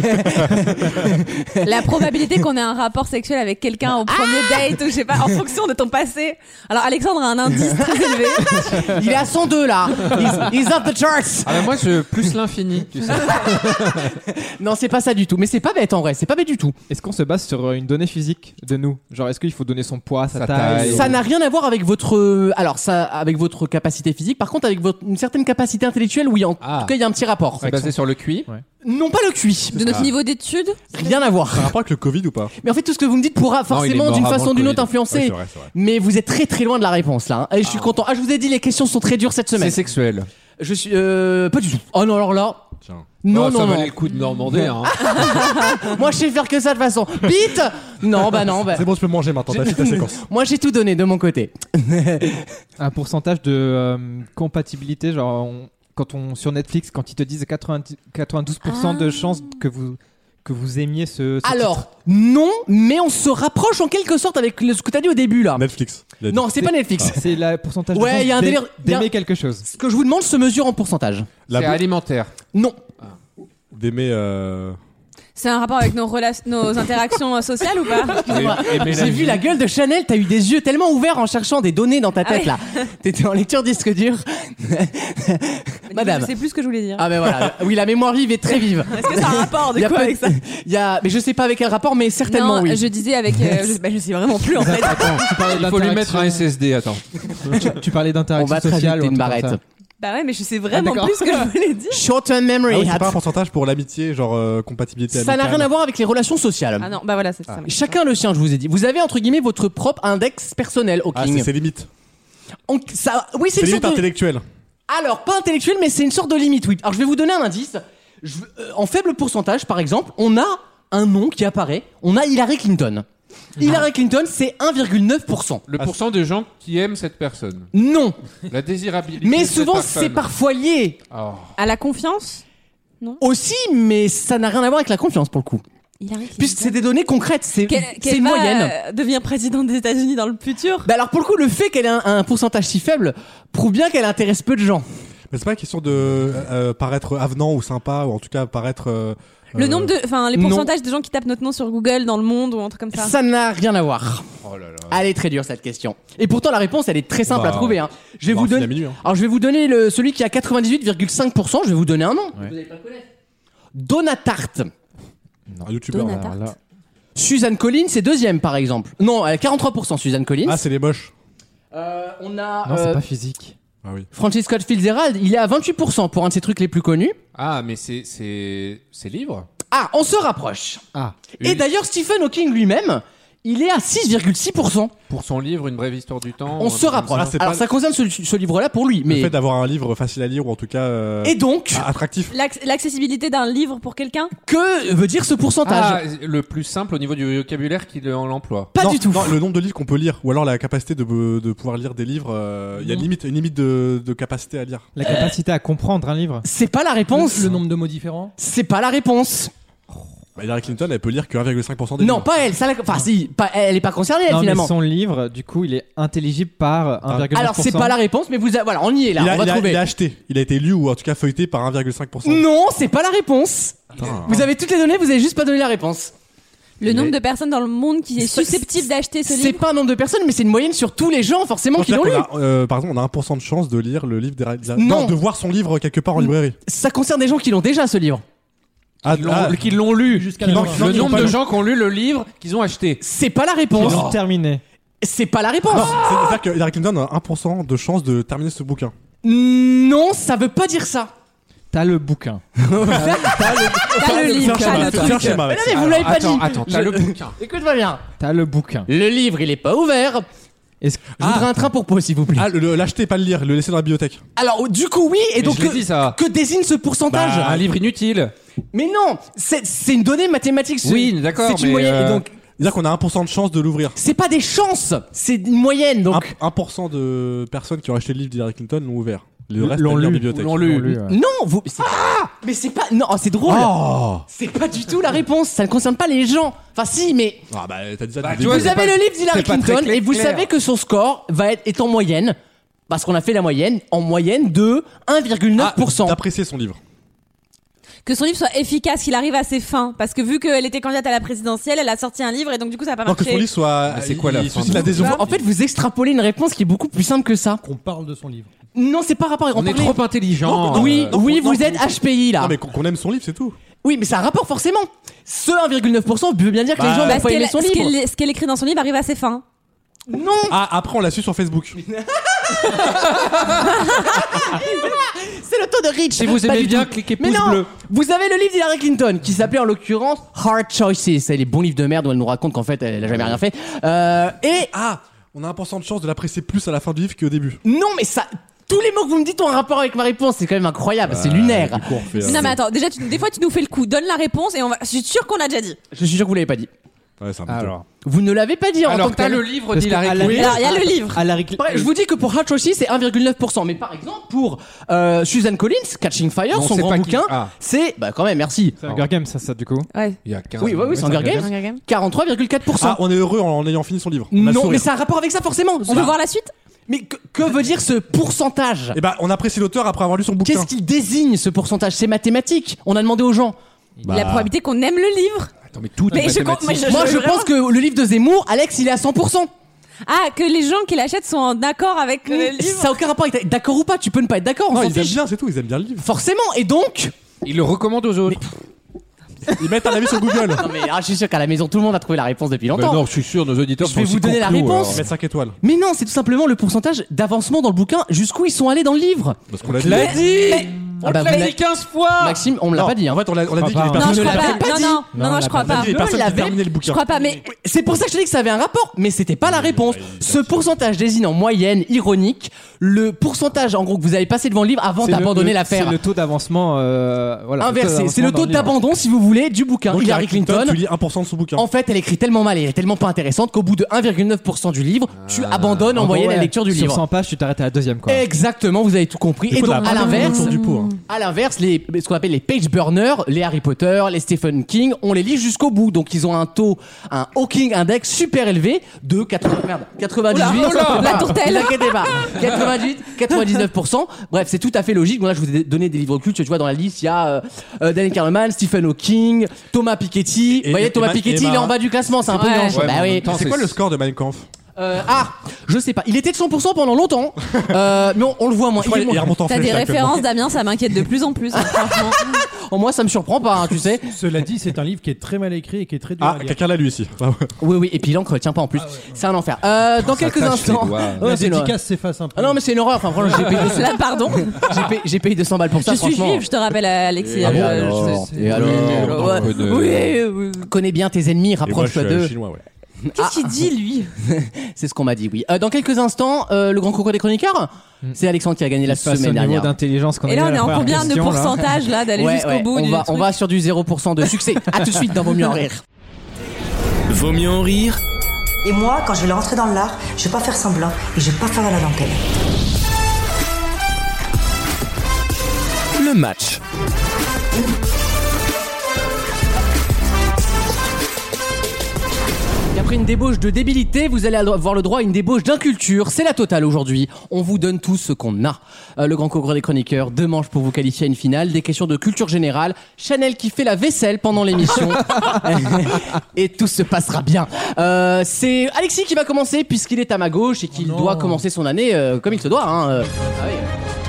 S4: La probabilité qu'on ait un rapport sexuel avec quelqu'un au premier date ou je sais pas, en fonction de ton passé. Alors Alexandre a un indice très élevé.
S2: Il est à cent deux là. He's, he's off the charts.
S5: Ah bah moi, je plus l'infini, tu sais.
S2: Non, c'est pas ça du tout. Mais c'est pas bête en vrai. C'est pas bête du tout.
S6: Est-ce qu'on se base sur euh, une donnée physique de nous? Genre, est-ce qu'il faut donner son poids, sa,
S5: Sa
S6: taille,
S5: taille.
S2: Ça n'a rien à voir avec votre. Alors, ça, avec votre capacité physique. Par contre, avec votre, une certaine capacité intellectuelle, oui, en
S5: Ah.
S2: tout cas, il y a un petit rapport.
S5: C'est basé sur le Q I.
S2: Non, pas le Q I.
S4: De notre
S3: Ah.
S4: niveau d'études.
S2: Rien à voir.
S3: Ça a un rapport avec le Covid ou pas?
S2: Mais en fait, tout ce que vous me dites pourra
S5: il est
S2: forcément
S5: mort
S2: d'une
S5: avant
S2: façon ou
S5: le
S2: d'une autre
S5: Covid.
S2: influencer.
S3: Ouais, c'est vrai, c'est vrai.
S2: Mais vous êtes très très loin de la réponse là. hein. Et je suis content. Ah, je vous ai dit, les questions sont très dures cette
S5: C'est
S2: semaine.
S5: sexuel.
S2: Je suis euh, pas du tout. Oh non, alors là.
S3: Tiens.
S2: Non,
S5: Oh,
S2: non,
S5: ça
S2: non.
S5: valait le coup de demander. Hein.
S2: Moi, je sais faire que ça de toute façon. Pete Non, bah non. Bah...
S3: C'est bon, tu peux manger maintenant, t'as fait ta séquence.
S2: Moi, j'ai tout donné de mon côté.
S6: Un pourcentage de euh, compatibilité, genre on- quand on sur Netflix, quand ils te disent quatre-vingt-dix quatre-vingt-douze pour cent de
S4: Ah.
S6: chances que vous que vous aimiez ce. ce
S2: Alors, non, mais on se rapproche en quelque sorte avec le- ce que t'as dit au début là.
S3: Netflix. il a dit.
S2: Non, c'est pas Netflix.
S6: titre. C'est le pourcentage
S2: Ouais,
S6: de chances
S2: il y a un
S6: d'ai-
S2: délire- il y a-
S6: d'aimer quelque chose.
S2: Ce que je vous demande se mesure en pourcentage.
S3: La
S5: C'est
S3: bou-
S5: alimentaire.
S2: Non.
S3: D'aimer. euh,
S4: C'est un rapport avec nos, rela- nos interactions euh, sociales ou pas?
S2: Excusez-moi.
S5: Aimer
S2: J'ai
S5: la
S2: vu
S5: vie.
S2: la gueule de Chanel, t'as eu des yeux tellement ouverts en cherchant des données dans ta tête
S4: oui.
S2: là. T'étais en lecture disque dur. Madame.
S4: Je sais plus ce que je voulais dire.
S2: Ah ben voilà. Oui, la mémoire vive est très vive.
S4: Est-ce que ça a un rapport de
S2: Il y a
S4: quoi
S2: pas-
S4: avec ça?
S2: Il y a, mais je sais pas avec quel rapport, mais certainement
S4: Non,
S2: oui.
S4: je disais avec. euh, je, bah, je sais vraiment plus en fait.
S6: Attends, tu parlais
S5: Il faut lui mettre un
S6: d'interaction-
S5: S S D. Attends.
S6: tu, tu parlais
S2: On
S6: d'interaction
S2: va te
S6: sociale
S2: rajouter
S6: ou un
S2: une
S6: truc comme
S2: barrette.
S6: ça.
S4: Bah ouais, mais je sais vraiment
S6: Ah, d'accord.
S4: plus ce que je voulais dire.
S2: Short-term
S3: Ah
S2: memory.
S3: oui, c'est pas un pourcentage pour l'amitié, genre euh, compatibilité
S2: Ça n'a
S3: amicale.
S2: rien à voir avec les relations sociales.
S4: Ah non, bah voilà, c'est ça.
S2: Chacun le sien, je vous ai dit. Vous avez entre guillemets votre propre index personnel au
S3: Ah,
S2: King.
S3: c'est ses limites.
S2: On- ça, oui, c'est
S3: C'est
S2: une
S3: limite
S2: sorte de...
S3: intellectuelle.
S2: Alors, pas intellectuel, mais c'est une sorte de limite, oui. Alors, je vais vous donner un indice. Je- euh, en faible pourcentage, par exemple, on a un nom qui apparaît. On a Hillary Clinton. Hillary Clinton, c'est un virgule neuf pour cent.
S5: Le pourcent de gens qui aiment cette personne.
S2: Non.
S5: La désirabilité.
S2: Mais
S5: de cette
S2: souvent,
S5: personne.
S2: c'est parfois lié
S5: Oh.
S4: À la confiance.
S2: aussi, mais ça n'a rien à voir avec la confiance pour le coup.
S4: Hillary
S2: Puisque c'est
S4: Clinton.
S2: des données concrètes, c'est
S4: Qu'elle-
S2: c'est
S4: qu'elle
S2: une
S4: va,
S2: moyenne.
S4: euh, devenir présidente des États-Unis dans le futur.
S2: Bah alors pour le coup, le fait qu'elle ait un, un pourcentage si faible prouve bien qu'elle intéresse peu de gens.
S3: Mais c'est pas une question de euh, paraître avenant ou sympa, ou en tout cas paraître. euh,
S4: Le
S3: euh,
S4: nombre de, enfin, les
S2: non.
S4: pourcentages de gens qui tapent notre nom sur Google dans le monde ou un truc comme ça.
S2: Ça n'a rien à voir.
S5: Oh là là.
S2: Elle est très dure cette question. Et pourtant la réponse elle est très simple
S3: Bah,
S2: à trouver. Hein. Je vais
S3: bah,
S2: vous
S3: on finit à
S2: donner.
S3: minuit, hein.
S2: Alors je vais vous donner le celui qui a quatre-vingt-dix-huit virgule cinq pour cent. Je vais vous donner un nom.
S6: Ouais.
S2: Vous allez pas le connaître. Donatart.
S3: Un youtubeur.
S4: Donatart.
S6: Alors là,
S2: Suzanne Collins c'est deuxième par exemple. Non, elle a quarante-trois pour cent Suzanne Collins.
S3: Ah, c'est les moches.
S2: Euh, on a
S6: non,
S2: euh,
S6: c'est pas physique.
S3: Ah oui.
S2: Francis Scott Fitzgerald. Il est à vingt-huit pour cent pour un de ses trucs les plus connus.
S5: Ah, mais c'est c'est c'est livre.
S2: Ah, on se rapproche.
S6: Ah,
S2: Et d'ailleurs Stephen Hawking lui-même, il est à six virgule six pour cent.
S5: Pour son livre Une brève histoire du temps.
S2: On
S5: ou un
S2: se
S5: truc comme
S2: rapproche.
S5: ça.
S3: Ah, c'est
S2: Alors
S3: pas-
S2: ça concerne ce, ce livre-là pour lui,
S3: Le
S2: mais
S3: fait d'avoir un livre facile à lire, ou en tout cas. euh,
S2: et donc
S3: ah, attractif.
S4: L'acc- L'accessibilité d'un livre pour quelqu'un.
S2: que veut dire ce pourcentage?
S5: Ah, le plus simple au niveau du vocabulaire qu'il en l'emploie.
S2: Pas
S3: Non,
S2: du tout.
S3: non, le nombre de livres qu'on peut lire, ou alors la capacité de, de pouvoir lire des livres. euh, Il y a une limite, une limite de, de capacité à lire.
S6: la capacité à comprendre un livre.
S2: C'est pas la réponse.
S7: Le, le nombre de mots différents.
S2: C'est pas la réponse.
S3: Bah, Hillary Clinton, elle peut lire que un virgule cinq pour cent des
S2: Non,
S3: livres.
S2: pas elle. Ça, la- Enfin, si, pas, elle est pas concernée elle,
S6: Non, mais
S2: finalement.
S6: son livre, du coup, il est intelligible par un virgule neuf pour cent.
S2: Alors c'est pas la réponse, mais vous, a- voilà, on y est là.
S3: il, a,
S2: on va
S3: il, a,
S2: trouver.
S3: il a acheté. Il a été lu, ou en tout cas feuilleté par un virgule cinq pour cent.
S2: Non, c'est pas la réponse.
S3: Putain.
S2: Vous avez toutes les données, vous avez juste pas donné la réponse.
S4: Le nombre
S5: Mais-
S4: de personnes dans le monde qui est
S2: Ça-
S4: susceptible d'acheter ce
S2: C'est
S4: livre.
S2: pas un nombre de personnes, mais c'est une moyenne sur tous les gens forcément
S3: Donc,
S2: qui l'ont lu.
S3: c'est-à-dire qu'on a, euh, par exemple, on a un pour cent de chance de lire le livre des.
S2: Non.
S3: de voir son livre quelque part en librairie.
S2: Ça concerne des gens qui l'ont déjà ce livre.
S3: Ah,
S5: Qui l'ont-
S3: ah,
S5: qui l'ont lu.
S7: Jusqu'à
S5: Qui
S7: la
S5: l'ont-
S7: fin.
S5: Le
S3: Qui l'ont
S5: nombre
S3: pas
S5: de
S3: lu.
S5: gens qui ont lu le livre qu'ils ont acheté.
S2: C'est pas la
S6: Ils
S2: réponse.
S6: l'ont terminé.
S2: C'est pas la réponse.
S3: non, c'est-à-dire que Hillary Clinton a un pour cent de chance de terminer ce bouquin.
S2: Non, ça veut pas dire ça.
S6: T'as le bouquin.
S4: T'as le livre,
S3: Fais un
S4: t'as
S3: schéma,
S4: le
S3: fais un
S4: truc.
S3: schéma avec
S2: Mais non,
S3: ça.
S2: mais vous l'avez pas
S5: attends,
S2: dit.
S5: attends, t'as
S2: Je-
S5: le bouquin.
S2: Écoute-moi bien.
S6: T'as le bouquin.
S2: Le livre, il est pas ouvert.
S6: Est-ce que-
S2: Je voudrais un train pour pause, s'il vous plaît.
S3: Ah, le- le- l'acheter, pas le lire, le laisser dans la bibliothèque.
S2: Alors, du coup, oui, et
S5: Mais
S2: donc
S5: je l'ai
S2: que,
S5: dit, ça.
S2: que désigne ce pourcentage
S3: Bah,
S5: Un livre inutile.
S2: Mais non, c'est c'est une donnée mathématique. c'est-
S5: Oui, d'accord,
S2: C'est une
S5: mais,
S2: moyenne.
S5: euh,
S2: Et donc,
S3: C'est-à-dire qu'on a un pour cent de chance de l'ouvrir.
S2: c'est pas des chances, c'est une moyenne. Donc,
S3: un pour cent de personnes qui ont acheté le livre d'Hillary Clinton l'ont ouvert. Le reste,
S6: L'ont
S3: l'ont lu en
S6: lu.
S3: bibliothèque.
S5: L'ont lu.
S6: L'ont lu, ouais.
S2: non, vous. c'est- mais c'est pas. Non, oh, c'est drôle.
S3: Oh
S2: C'est pas du tout la réponse. Ça ne concerne pas les gens. Enfin, si, mais
S3: Ah bah t'as dit ça
S5: Bah,
S3: dès
S5: tu
S3: le
S5: vois,
S3: début.
S2: vous
S5: c'est
S2: avez
S5: pas-
S2: le livre d'Hillary
S5: c'est pas très
S2: Clinton
S5: clair.
S2: et vous savez que son score va être est en moyenne, parce qu'on a fait la moyenne, en moyenne de un virgule neuf pour cent.
S3: Ah, d'apprécier son livre.
S4: Que son livre soit efficace, qu'il arrive à ses fins. Parce que vu qu'elle était candidate à la présidentielle, elle a sorti un livre et donc du coup ça a pas
S3: Non, que
S4: marché.
S3: son livre soit.
S5: Mais c'est quoi la
S3: il
S5: fin
S3: suscite
S5: de-
S3: l'adhésion.
S2: En fait, vous extrapolez une réponse qui est beaucoup plus simple que ça.
S7: Qu'on parle de son livre.
S2: Non, c'est pas rapport.
S5: On est
S2: parlait-
S5: trop intelligent.
S2: Oui,
S5: Euh,
S2: oui,
S3: non,
S2: vous
S3: non,
S2: êtes H P I là.
S3: Non, mais qu'on qu'on aime son livre, c'est tout.
S2: Oui, mais ça a un rapport forcément. Ce un virgule neuf pour cent veut bien dire que
S3: Bah,
S2: les gens
S3: bah,
S2: vont
S4: Parce
S2: pas aimer
S4: qu'elle-
S2: son
S4: ce
S2: livre.
S4: qu'elle ce qu'elle écrit dans son livre arrive à ses fins.
S2: Non.
S3: Ah, après, on l'a su sur Facebook.
S2: C'est le taux de Rich.
S5: Si vous
S2: Pas
S5: aimez
S2: du
S5: bien,
S2: tout.
S5: cliquez
S2: Mais
S5: pouce
S2: non,
S5: bleu.
S2: vous avez le livre d'Hillary Clinton qui s'appelait en l'occurrence Hard Choices. C'est les bons livres de merde où elle nous raconte qu'en fait elle a jamais rien fait. Euh, et
S3: Ah, on a un pour cent de chance de l'apprécier plus à la fin du livre qu'au début.
S2: non, mais ça. Tous les mots que vous me dites ont un rapport avec ma réponse, c'est quand même incroyable, c'est lunaire.
S3: Du coup, on fait, euh,
S4: Non mais attends, déjà tu- des fois tu nous fais le coup, donne la réponse et on va. Je suis sûre qu'on l'a déjà dit.
S2: Je suis sûr que vous l'avez pas dit.
S3: Ouais, c'est un mytho.
S5: Alors,
S2: Vous ne l'avez pas dit en tant
S5: alors
S2: que
S5: t'as
S2: tel.
S5: le livre
S6: Parce
S5: d'Hillary
S6: qu'à la-
S5: Clinton.
S4: Alors il y a le livre.
S6: À la récl-
S2: Ouais, je vous dis que pour Hard Choices c'est un virgule neuf pour cent, mais par exemple pour euh, Susan Collins, Catching Fire,
S5: Non,
S2: son
S5: c'est
S2: grand
S5: pas qui-
S2: bouquin,
S5: Ah.
S2: c'est bah quand même merci.
S6: C'est Hunger Games, ça, ça, du coup.
S4: Ouais.
S5: Il y a quinze.
S2: Oui, oui, oui, c'est Hunger Games.
S4: Hunger Games.
S2: quarante-trois virgule quatre pour cent.
S3: Ah, on est heureux en ayant fini son livre. On a le
S2: non,
S3: sourire.
S2: mais ça a un rapport avec ça forcément.
S4: On veut voir la suite.
S2: Mais que, que veut dire ce pourcentage?
S3: Eh ben, on apprécie l'auteur après avoir lu son bouquin.
S2: Qu'est-ce qu'il désigne ce pourcentage? C'est mathématique. On a demandé aux gens.
S3: Bah.
S4: La probabilité qu'on aime le livre.
S5: Attends, mais tout
S4: Mais
S5: est
S4: je compte-
S5: mathématique.
S4: mais je-
S2: Moi, je
S4: vraiment-
S2: pense que le livre de Zemmour, Alex, il est à cent pour cent.
S4: Ah, que les gens qui l'achètent sont en accord avec le livre.
S2: Ça n'a aucun rapport avec d'accord ou pas. Tu peux ne pas être d'accord. On
S3: Non,
S2: s'en
S3: ils aiment
S2: fiche.
S3: bien, c'est tout. Ils aiment bien le livre.
S2: Forcément. Et donc.
S5: Il le recommande aux autres.
S3: Ils mettent un avis sur Google.
S2: Non mais ah, je suis sûr qu'à la maison tout le monde a trouvé la réponse depuis
S5: Mais
S2: longtemps.
S5: non, je suis sûr, nos auditeurs
S2: Je
S5: sont
S2: vais
S5: aussi
S2: vous donner la
S5: conclos,
S2: réponse.
S3: Ils
S5: alors.
S3: mettent cinq étoiles.
S2: Mais non, c'est tout simplement le pourcentage d'avancement dans le bouquin jusqu'où ils sont allés dans le livre.
S3: Parce qu'on l'a dit.
S5: l'a dit.
S2: Ah bah,
S5: On
S2: vous
S5: l'a
S2: l'a-
S5: dit quinze fois.
S2: Maxime, on me l'a
S3: Non,
S2: pas dit. Hein.
S3: En fait, on l'a on l'a dit qu'il y avait
S6: pas.
S3: personne
S4: Non, je
S2: ne
S4: crois
S2: l'avait
S4: pas.
S2: pas
S4: Non,
S2: dit.
S4: non,
S6: Non,
S4: non, non,
S6: on
S4: je
S6: l'a
S4: crois
S6: pas
S3: Il y
S4: pas.
S3: avait
S2: Non,
S3: personne
S2: il
S3: qui
S2: l'avait.
S3: terminait le
S4: Je
S3: bouquin.
S4: crois pas, mais
S2: C'est pour ça que je te dis que ça avait un rapport, mais c'était pas la réponse. Ce pourcentage désigne en moyenne ironique le pourcentage en gros que vous avez passé devant le livre avant
S6: C'est le-
S2: d'abandonner
S6: le-
S2: l'affaire.
S6: C'est le taux d'avancement. euh, voilà,
S2: Inversé, c'est le taux
S6: d'avancement dans livre.
S2: d'abandon si vous voulez du bouquin.
S3: Donc,
S2: Hillary Clinton.
S3: tu lis un pour cent de son bouquin.
S2: En fait, elle écrit tellement mal et elle est tellement pas intéressante qu'au bout de un virgule neuf pour cent du livre, tu abandonnes en
S6: En gros,
S2: moyenne
S6: ouais,
S2: la lecture du
S6: Sur
S2: livre.
S6: cent pages, tu t'arrêtes à la deuxième, quoi.
S2: Exactement, vous avez tout compris.
S3: Du
S2: Et
S3: coup,
S2: donc,
S3: on a
S2: à
S3: pas
S2: l'inverse,
S3: autour du pot, hein.
S2: à l'inverse, les, ce qu'on appelle les page burners, les Harry Potter, les Stephen King, on les lit jusqu'au bout. Donc, ils ont un taux, un Hawking Index super élevé de quatre-vingts, merde, quatre-vingt-dix-huit.
S4: Oula, oula, la tourtelle.
S2: Ne vous inquiétez pas. quatre-vingt-huit, quatre-vingt-dix-neuf pour cent. Bref, c'est tout à fait logique. Bon, là, je vous ai donné des livres cultes. Tu vois, dans la liste, il y a euh, euh, Daniel Kahneman, Stephen Hawking, Thomas Piketty.
S3: Et-
S2: Vous voyez,
S3: et-
S2: Thomas
S3: et-
S2: Piketty,
S3: et-
S2: il est en bas du classement. C'est un peu
S4: Ouais.
S2: grand.
S5: Ouais,
S2: Bah
S5: mais en
S2: oui.
S5: même temps,
S3: C'est quoi le score de Mein Kampf?
S2: Euh, ah, je sais pas. Il était de cent pour cent pendant longtemps, euh, mais on, on le voit moins.
S3: Je crois
S2: Il est
S3: qu'il
S2: moins-
S3: remonte en
S4: t'as
S3: flèche,
S4: des
S3: là, actuellement.
S4: références, Damien, ça m'inquiète de plus en plus. hein, franchement.
S2: Oh, moi, ça me surprend pas, hein, tu sais.
S7: Cela dit, c'est un livre qui est très mal écrit et qui est très dur
S3: Ah,
S7: à lire.
S3: quelqu'un l'a lu ici. Ah ouais.
S2: Oui, oui. Et puis l'encre tient pas en plus.
S7: Ah ouais, ouais.
S2: C'est un enfer. Euh, dans quelques
S5: tâche
S2: instants.
S5: les doigts.
S2: Ouais,
S7: La
S2: c'est une horreur.
S7: dédicace s'efface un peu.
S2: Ah non, mais c'est une horreur. Enfin, franchement, j'ai payé, deux cents
S4: Là, pardon.
S2: j'ai payé, j'ai payé deux cents balles pour ça.
S4: Je suis
S2: franchement.
S4: juive, je te rappelle, Alexis.
S2: Ah bon,
S4: Euh,
S2: alors,
S4: je-
S2: et alors,
S5: on en
S4: Ouais.
S5: connaît.
S4: Oui, oui, oui.
S2: connais bien tes ennemis,
S3: Et moi, je
S2: rapproche-toi
S3: suis
S2: d'eux.
S3: euh, chinois, ouais.
S4: Qu'est-ce qu'il dit, lui?
S2: C'est ce qu'on m'a dit, oui. Euh, dans quelques instants, euh, le grand concours des chroniqueurs. C'est Alexandre qui a gagné la
S6: Il se passe au
S2: semaine
S6: niveau
S2: dernière.
S6: d'intelligence qu'on a
S4: Et là,
S6: eu à
S4: on
S6: la
S4: est en
S6: première
S4: combien de
S6: question, là.
S4: pourcentage, là, d'aller
S2: Ouais,
S4: jusqu'au
S2: ouais,
S4: bout
S2: on
S4: du
S2: va,
S4: truc
S2: on va sur du zéro pour cent de succès. À tout de suite dans Vaut mieux en rire.
S1: Vaut mieux en rire.
S10: Et moi, quand je vais rentrer dans l'art, je vais pas faire semblant et je vais pas faire à la dentelle.
S1: Le match.
S2: Et après une débauche de débilité, vous allez avoir le droit à une débauche d'inculture. C'est la totale aujourd'hui. On vous donne tout ce qu'on a. Euh, le grand concours des chroniqueurs, deux manches pour vous qualifier à une finale, des questions de culture générale, Chanel qui fait la vaisselle pendant l'émission. Et tout se passera bien. Euh, c'est Alexis qui va commencer puisqu'il est à ma gauche et qu'il
S7: Oh non.
S2: doit commencer son année euh, comme il se doit. Hein. Euh, ah oui.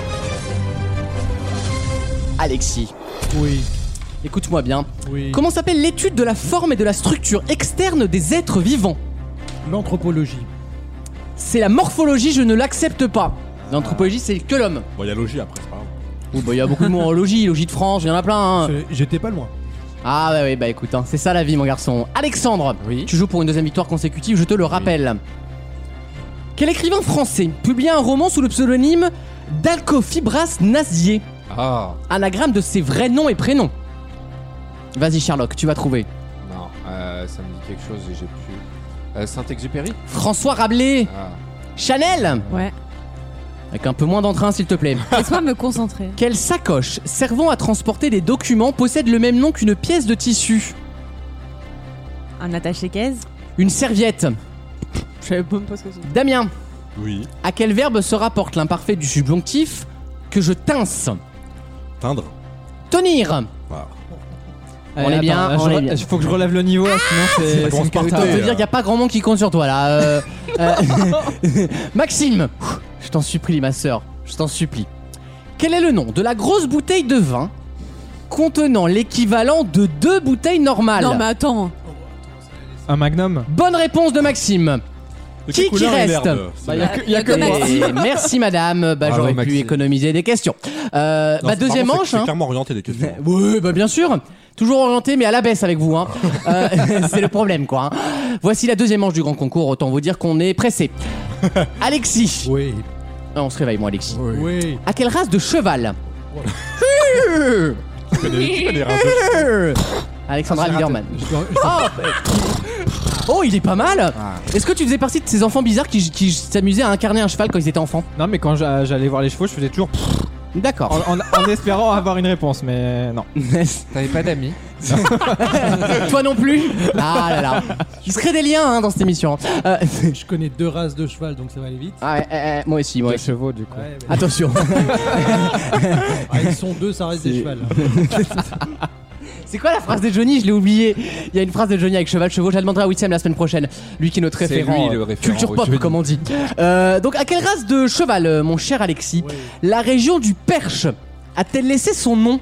S2: Alexis,
S7: Oui,
S2: écoute-moi bien.
S7: oui.
S2: Comment s'appelle l'étude de la forme et de la structure externe des êtres vivants?
S7: L'anthropologie.
S2: C'est la morphologie, je ne l'accepte pas. L'anthropologie, c'est que l'homme.
S3: Bon, il y a logis après, c'est pas grave.
S2: Oh, bah, il y a beaucoup de mots en logie, logie de France, il y en a plein. Hein.
S7: C'est- J'étais pas loin.
S2: Ah ouais, ouais, bah écoute, hein, c'est ça la vie, mon garçon. Alexandre,
S5: Oui.
S2: tu joues pour une deuxième victoire consécutive, je te le rappelle. Quel écrivain français publia un roman sous le pseudonyme d'Alcofibras Nazier,
S5: Ah,
S2: anagramme de ses vrais noms et prénoms? Vas-y Sherlock, tu vas trouver.
S5: non, euh, ça me dit quelque chose et j'ai plus. Euh, Saint-Exupéry.
S2: François Rabelais,
S5: Ah.
S2: Chanel,
S4: Ouais.
S2: avec un peu moins d'entrain s'il te plaît.
S4: Laisse-moi me concentrer.
S2: Quelle sacoche servant à transporter des documents possède le même nom qu'une pièce de tissu?
S4: Un attaché-caisse.
S2: Une serviette.
S4: Je savais même pas ce que c'est.
S2: Damien,
S3: Oui.
S2: à quel verbe se rapporte l'imparfait du subjonctif que je tince?
S3: Teindre.
S2: Tenir.
S3: Voilà.
S2: On est bien,
S6: attends,
S2: on
S6: je
S2: est
S6: re-
S2: bien.
S6: Il faut que je relève le niveau, là, sinon c'est c'est
S3: commence
S6: une
S3: par
S6: cata.
S2: Ça veut
S3: euh,
S2: dire qu'il n'y a pas grand monde qui compte sur toi là. Euh, euh, Maxime, je t'en supplie ma sœur, je t'en supplie. Quel est le nom de la grosse bouteille de vin contenant l'équivalent de deux bouteilles normales?
S4: Non, mais attends.
S6: Un magnum.
S2: Bonne réponse de Maxime.
S3: De
S2: Qui
S3: quelle
S2: qui
S3: couleur est
S2: reste
S3: l'herbe
S2: Bah,
S3: C'est-
S2: y a que- y a que
S4: Maxime.
S2: Et merci madame, bah,
S5: Bravo,
S2: j'aurais pu
S5: Maxime.
S2: économiser des questions. Euh,
S3: Non,
S2: bah
S3: c'est-
S2: deuxième
S3: par contre,
S2: manche.
S3: c'est-
S2: hein.
S3: C'est clairement orienté les questions.
S2: Oui, bah bien sûr. Toujours orienté, mais à la baisse avec vous. Hein. Euh, c'est le problème, quoi. Hein. Voici la deuxième manche du grand concours. Autant vous dire qu'on est pressé. Alexis.
S7: Oui.
S2: Ah, on se réveille, moi, Alexis.
S7: Oui.
S2: À quelle race de cheval
S3: Tu connais- tu connais un peu.
S2: Alexandra Lieberman.
S7: Je dois- je dois-
S2: Oh, il est pas mal. Est-ce que tu faisais partie de ces enfants bizarres qui, qui s'amusaient à incarner un cheval quand ils étaient enfants?
S6: Non, mais quand j'a- j'allais voir les chevaux, je faisais toujours
S2: D'accord.
S6: en, en- en espérant avoir une réponse, mais non.
S5: T'avais pas d'amis?
S2: Toi non plus. Ah là là. Il se crée des liens hein, dans cette émission. Euh,
S7: Je connais deux races de cheval, donc ça va aller vite.
S2: ah ouais, euh, euh, moi aussi, moi
S6: Les
S2: aussi.
S6: chevaux, du coup.
S7: Ouais, mais-
S2: Attention.
S7: Ah, ils sont deux, ça reste des
S2: C'est-
S7: chevals.
S2: C'est quoi la phrase de Johnny? Je l'ai oublié. Il y a une phrase de Johnny avec cheval chevaux. Je la demanderai à Wissem la semaine prochaine. Lui qui est notre
S5: C'est
S2: référent.
S5: lui, le
S2: euh,
S5: référent,
S2: culture
S5: oui,
S2: pop,
S5: Johnny.
S2: comme on dit. Euh, donc, à quelle race de cheval, euh, mon cher Alexis,
S7: Oui.
S2: la région du Perche a-t-elle laissé son nom?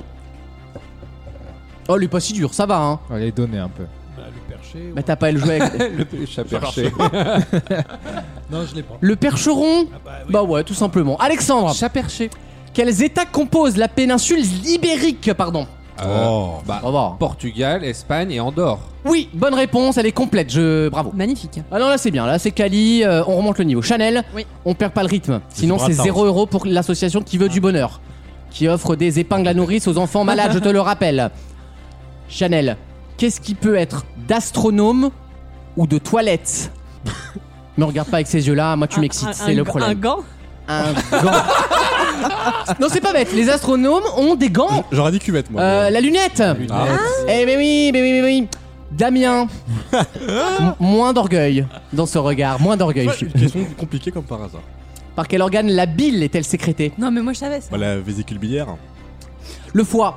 S2: Oh, il est pas si dur, ça va, hein.
S6: On va les donner un peu.
S7: Bah, le perché.
S2: Mais t'as pas à le jouer avec.
S5: Le chat perché.
S7: Non, je l'ai pas.
S2: Le percheron?
S7: Ah bah, oui.
S2: Bah ouais, tout simplement. Alexandre,
S5: Chat perché.
S2: quels états composent la péninsule ibérique, pardon?
S3: Oh.
S5: Bah,
S2: Au revoir.
S5: Portugal, Espagne et Andorre.
S2: Oui, bonne réponse, elle est complète, je... bravo.
S4: Magnifique.
S2: Ah non, là c'est bien, là c'est quali, euh, on remonte le niveau. Chanel,
S4: Oui.
S2: on perd pas le rythme. Sinon c'est
S3: Gibraltar
S2: zéro euro pour l'association qui veut du bonheur, qui offre des épingles à nourrice aux enfants malades, je te le rappelle. Chanel, qu'est-ce qui peut être d'astronome ou de toilette? Me regarde pas avec ces yeux-là, moi tu
S4: Un-
S2: m'excites,
S4: un-
S2: c'est
S4: un-
S2: le
S4: Un
S2: problème.
S4: gant.
S2: Un gant. Non, c'est pas bête, les astronomes ont des gants.
S3: J'aurais dit cuvette, moi.
S2: Euh, la lunette.
S3: Ah.
S2: Eh mais oui, mais oui, mais oui. Damien, M- moins d'orgueil dans ce regard, moins d'orgueil.
S3: Ouais, Une question compliquée comme par hasard.
S2: Par quel organe la bile est-elle sécrétée?
S4: Non, mais moi je savais ça.
S3: Bah, la vésicule biliaire.
S2: Le foie.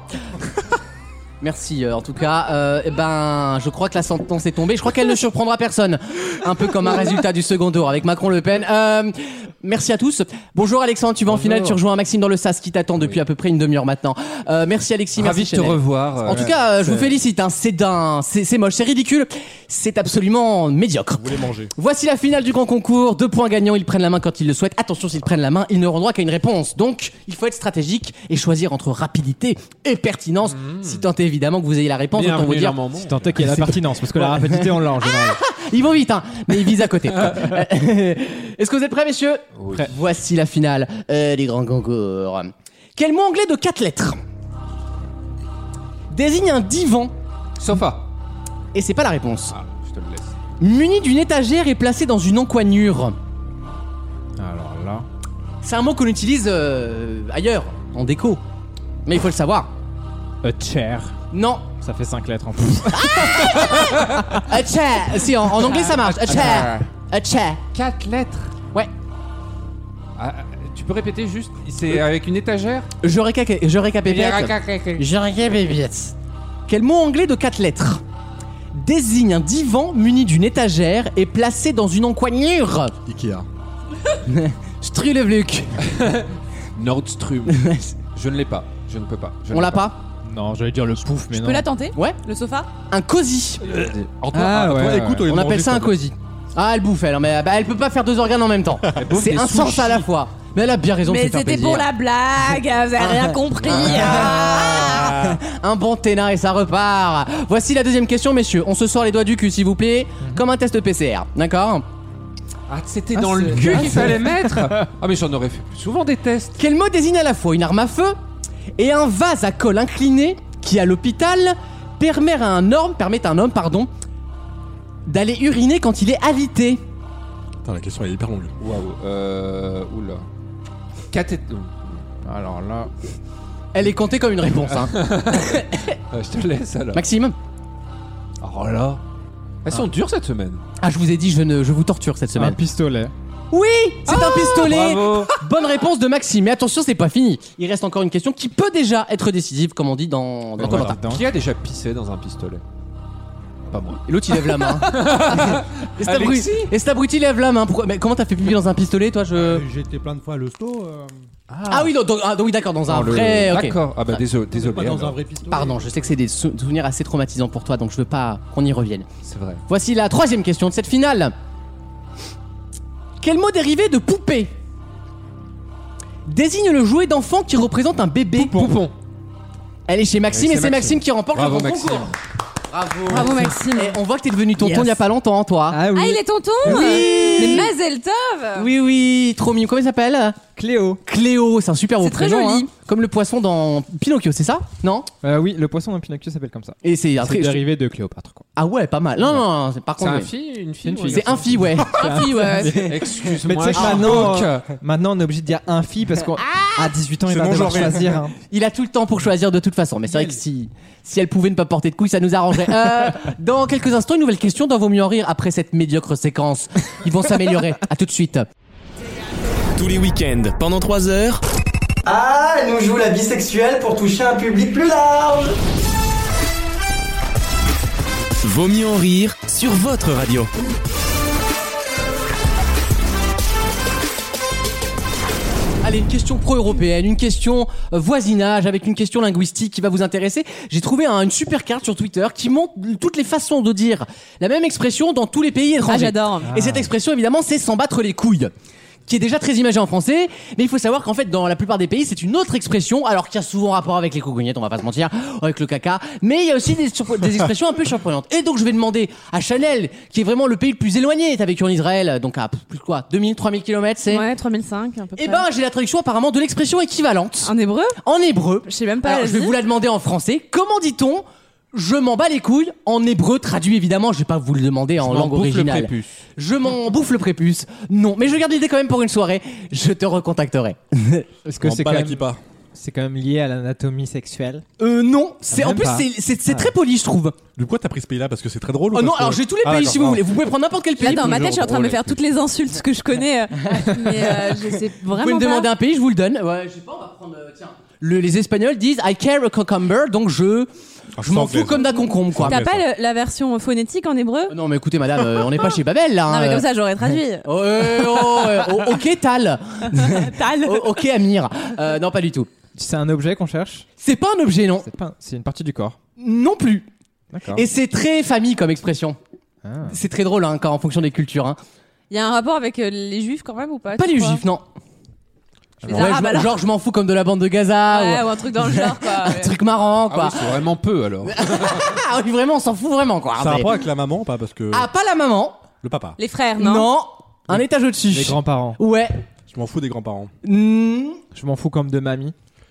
S2: Merci euh, en tout cas. Euh, eh ben, je crois que la sentence est tombée. Je crois qu'elle ne surprendra personne. Un peu comme un résultat du second tour avec Macron-Le Pen. Euh, merci à tous. Bonjour Alexandre, tu vas en finale. Tu rejoins Maxime dans le S A S qui t'attend depuis à peu près une demi-heure maintenant. Euh, merci Alexis,
S5: Ravi
S2: merci
S5: de te
S2: Chanel.
S5: revoir. euh,
S2: En tout cas, euh, je vous félicite. Hein. C'est d'un, c'est c'est moche, c'est ridicule, c'est absolument médiocre.
S3: Vous voulez manger.
S2: Voici la finale du grand concours. Deux points gagnants, ils prennent la main quand ils le souhaitent. Attention, s'ils prennent la main, ils n'auront droit qu'à une réponse. Donc, il faut être stratégique et choisir entre rapidité et pertinence. Si tant est évidemment que vous ayez la réponse, autant vous
S5: Bienvenue
S2: dire.
S5: dans mon monde.
S6: Si tant est qu'il y a la pertinence, parce que la rapidité, on l'a en général.
S2: Ils vont vite, hein, mais ils visent à côté. Est-ce que vous êtes prêts, messieurs?
S5: Oui.
S2: Prêts. Voici la finale euh, des grands concours. Quel mot anglais de quatre lettres désigne un divan?
S5: Sofa.
S2: Et c'est pas la réponse.
S5: Ah, je te le laisse.
S2: Muni d'une étagère et placé dans une encoignure.
S6: Alors là.
S2: C'est un mot qu'on utilise euh, ailleurs, en déco. Mais il faut le savoir.
S6: A chair.
S2: Non.
S6: Ça fait cinq lettres en plus.
S2: A chair. Si, en, en anglais ça marche. A chair. A chair.
S5: Quatre lettres.
S2: Ouais.
S5: Ah, tu peux répéter juste? C'est avec une étagère?
S2: Je récap, je récapépète. Je récapépète. Quel mot anglais de quatre lettres désigne un divan muni d'une étagère et placé dans une encoignure?
S3: Ikea.
S2: Strulevluk.
S5: Nordstrom. Je ne l'ai pas. Je ne peux pas. Je
S2: On
S5: ne
S2: l'a
S5: l'ai
S2: pas?
S6: Non, j'allais dire le pouf, mais
S4: Tu
S6: non.
S4: peux la tenter?
S2: Ouais.
S4: Le sofa?
S2: Un cosy.
S3: Antoine,
S6: Ah,
S3: Antoine,
S6: ouais,
S3: écoute,
S6: ouais.
S3: au lieu de
S2: On appelle
S3: manger,
S2: ça un
S3: s'il te plaît.
S2: cosy. Ah, elle bouffe elle, mais bah, elle peut pas faire deux organes en même temps.
S5: bouffe
S2: C'est
S5: des
S2: un sens
S5: sushis.
S2: à la fois. Mais elle a bien raison de
S4: Mais
S2: se faire
S4: c'était
S2: plaisir.
S4: pour la blague, vous avez rien compris. Ah.
S2: Un bon ténat et ça repart. Voici la deuxième question, messieurs. On se sort les doigts du cul, s'il vous plaît, comme un test P C R. D'accord?
S5: Ah, c'était
S6: Ah,
S5: dans le
S6: c'est-
S5: cul
S6: ah,
S5: qu'il
S6: c'est-
S5: fallait mettre. Ah, mais j'en aurais fait plus souvent des tests.
S2: Quel mot désigne à la fois une arme à feu et un vase à col incliné qui, à l'hôpital, permet à un homme, permet à un homme, pardon, d'aller uriner quand il est alité?
S3: Putain, la question elle est hyper longue.
S5: Waouh. Euh. Oula. Cathéter.
S6: Alors là.
S2: Elle est comptée comme une réponse. Hein.
S5: Ah, je te laisse alors.
S2: Maxime?
S5: Oh là. Elles sont dures cette semaine.
S2: Ah, je vous ai dit, je, ne, je vous torture cette
S6: Un
S2: semaine.
S6: pistolet.
S2: Oui, c'est un pistolet.
S5: Bravo.
S2: Bonne réponse de Maxime. Mais attention, c'est pas fini. Il reste encore une question qui peut déjà être décisive, comme on dit dans, dans
S6: Voilà.
S2: Koh-Lanta.
S5: Qui a déjà pissé dans un pistolet? Pas moi.
S2: Et l'autre il lève la main. Et cet abruti-
S5: Alexis
S2: et cet abruti lève la main. Pourquoi- mais comment t'as fait pipi dans un pistolet, toi je...
S7: Euh, J'ai été plein de fois à l'hosto. euh,
S2: Ah oui, donc, donc- ah, donc oui, d'accord, dans un
S5: Dans le-
S2: vrai. ok.
S5: D'accord. Ah bah désolé.
S7: pas
S5: Désolé.
S7: dans
S5: alors.
S7: un vrai pistolet.
S2: Pardon, je sais que c'est des sou- souvenirs assez traumatisants pour toi, donc je veux pas qu'on y revienne.
S5: C'est vrai.
S2: Voici la troisième question de cette finale. Quel mot dérivé de poupée désigne le jouet d'enfant qui représente un bébé?
S5: Poupon.
S2: Elle est chez Maxime
S5: Et
S2: et
S5: c'est
S2: c'est
S5: Maxime.
S2: Maxime qui remporte
S5: Bravo,
S2: le grand
S5: Maxime.
S2: concours. Bravo.
S4: Bravo Maxime.
S2: Et on voit que t'es devenu tonton
S6: Yes.
S2: il y a pas longtemps, toi.
S6: Ah oui.
S4: Ah, il est tonton.
S2: Oui.
S4: Mais Mazel Tov.
S2: Oui, oui, trop mignon. Comment il s'appelle?
S6: Cléo.
S2: Cléo, c'est un super beau
S4: C'est très
S2: prénom.
S4: joli.
S2: hein. Comme le poisson dans Pinocchio, c'est ça? Non?
S6: Euh, oui, le poisson dans Pinocchio s'appelle comme ça.
S2: Et c'est un
S6: C'est
S2: très.
S6: dérivé de Cléopâtre, quoi.
S2: Ah ouais, pas mal. Non, non, non, c'est- par
S5: C'est
S2: contre.
S5: un
S2: ouais.
S5: fille, une fille,
S6: Une
S5: ou
S6: fille.
S2: C'est un fille, ouais.
S4: Un fille, ouais.
S5: Excuse-moi.
S6: Mais tu sais que
S5: je
S6: maintenant,
S5: manque.
S6: euh, maintenant, on est obligé de dire un fille parce qu'à dix-huit ans, il
S3: C'est
S6: va
S3: non
S6: devoir
S3: genré.
S6: choisir. hein.
S2: Il a tout le temps pour choisir de toute façon. Mais c'est vrai que si, si elle pouvait ne pas porter de couilles, ça nous arrangerait. Euh, dans quelques instants, une nouvelle question dans Vaut mieux en rire après cette médiocre séquence. Ils vont s'améliorer. À tout de suite.
S1: Tous les week-ends, pendant trois heures.
S11: Ah, elle nous joue la bisexuelle pour toucher un public plus large.
S1: Vaut mieux en rire sur votre radio.
S2: Allez, une question pro-européenne, une question euh, voisinage avec une question linguistique qui va vous intéresser. J'ai trouvé un- une super carte sur Twitter qui montre toutes les façons de dire la même expression dans tous les pays étrangers.
S4: Ah, j'adore.
S2: Et cette expression, évidemment, c'est s'en battre les couilles, qui est déjà très imagée en français, mais il faut savoir qu'en fait, dans la plupart des pays, c'est une autre expression, alors qu'il y a souvent rapport avec les cougognettes, on va pas se mentir, avec le caca, mais il y a aussi des, surpre- des expressions un peu surprenantes. Et donc, je vais demander à Chanel, qui est vraiment le pays le plus éloigné, t'as vécu en Israël, donc à plus quoi, deux mille, trois mille kilomètres, c'est...
S4: Ouais, trois mille cinq à peu près.
S2: Eh ben, j'ai la traduction apparemment de l'expression équivalente.
S4: En hébreu?
S2: En hébreu.
S4: Je sais même pas.
S2: Alors, je vais
S4: vas-y.
S2: vous la demander en français. Comment dit-on je m'en bats les couilles en hébreu traduit évidemment, je vais pas vous le demander en
S5: Je m'en
S2: langue
S5: bouffe le
S2: originale.
S5: prépuce.
S2: Je m'en bouffe le prépuce. Non, mais je garde l'idée quand même pour une soirée. Je te recontacterai.
S6: Est-ce que
S3: En
S6: c'est
S3: bas
S6: quand,
S3: la
S6: même...
S3: kippa.
S6: c'est quand même lié à l'anatomie sexuelle?
S2: Euh non, c'est en
S6: même
S2: plus
S6: pas.
S2: c'est c'est c'est
S6: Ah.
S2: très poli, je trouve.
S3: Du coup, t'as pris ce pays-là parce que c'est très drôle ou
S2: Oh non,
S3: parce que-
S2: alors j'ai tous les
S3: Ah,
S2: pays
S3: d'accord.
S2: si vous
S3: Ah.
S2: voulez. Vous pouvez prendre n'importe quel pays.
S4: Là, dans ma tête, je suis en train de me
S5: drôle.
S4: faire toutes les insultes que je connais. euh, mais euh, je sais
S2: Vous
S4: vraiment
S2: pouvez me
S4: pas.
S2: demander un pays, je vous le donne. Ouais, je sais pas, on va prendre euh, tiens. Le- les Espagnols disent I care a cucumber, donc je
S3: Ah,
S2: je m'en
S3: c'est anglais,
S2: fous comme d'un concombre quoi.
S4: T'as
S3: mais
S4: pas
S3: ça.
S4: le- la version phonétique en hébreu?
S2: Non mais écoutez madame, euh, on n'est pas chez Babel là.
S4: Non,
S2: hein,
S4: mais
S2: euh.
S4: comme ça, j'aurais traduit.
S2: Oh, euh, oh, euh, oh, ok Tal.
S4: Tal.
S2: Oh, ok Amir. Euh, non pas du tout.
S6: C'est un objet qu'on cherche?
S2: C'est pas un objet non.
S6: C'est pas. un- C'est une partie du corps.
S2: Non plus.
S6: D'accord.
S2: Et c'est très famille comme expression.
S6: Ah.
S2: C'est très drôle hein, quand, en fonction des cultures. Hein.
S4: Il y a un rapport avec euh, les juifs quand même ou pas?
S2: Pas
S4: tu
S2: les
S4: crois
S2: juifs non.
S4: Les
S2: Ouais,
S4: arabes
S2: je-
S4: alors.
S2: genre je m'en fous comme de la bande de Gaza
S4: Ouais,
S2: ou
S4: ou un truc dans le genre quoi.
S2: un
S4: ouais.
S2: truc marrant
S5: Ah
S2: quoi.
S5: oui, c'est vraiment peu alors.
S2: Ah oui vraiment on s'en fout vraiment quoi.
S3: Ça a
S2: Mais-
S3: rapport avec la maman ou pas parce que
S2: Ah pas la maman.
S3: le papa.
S4: Les frères,
S2: Non.
S4: non?
S2: Un étage au-dessus.
S6: Les grands-parents.
S2: Ouais.
S3: Je m'en fous des grands-parents.
S2: Hmm,
S6: Je m'en fous comme de mamie.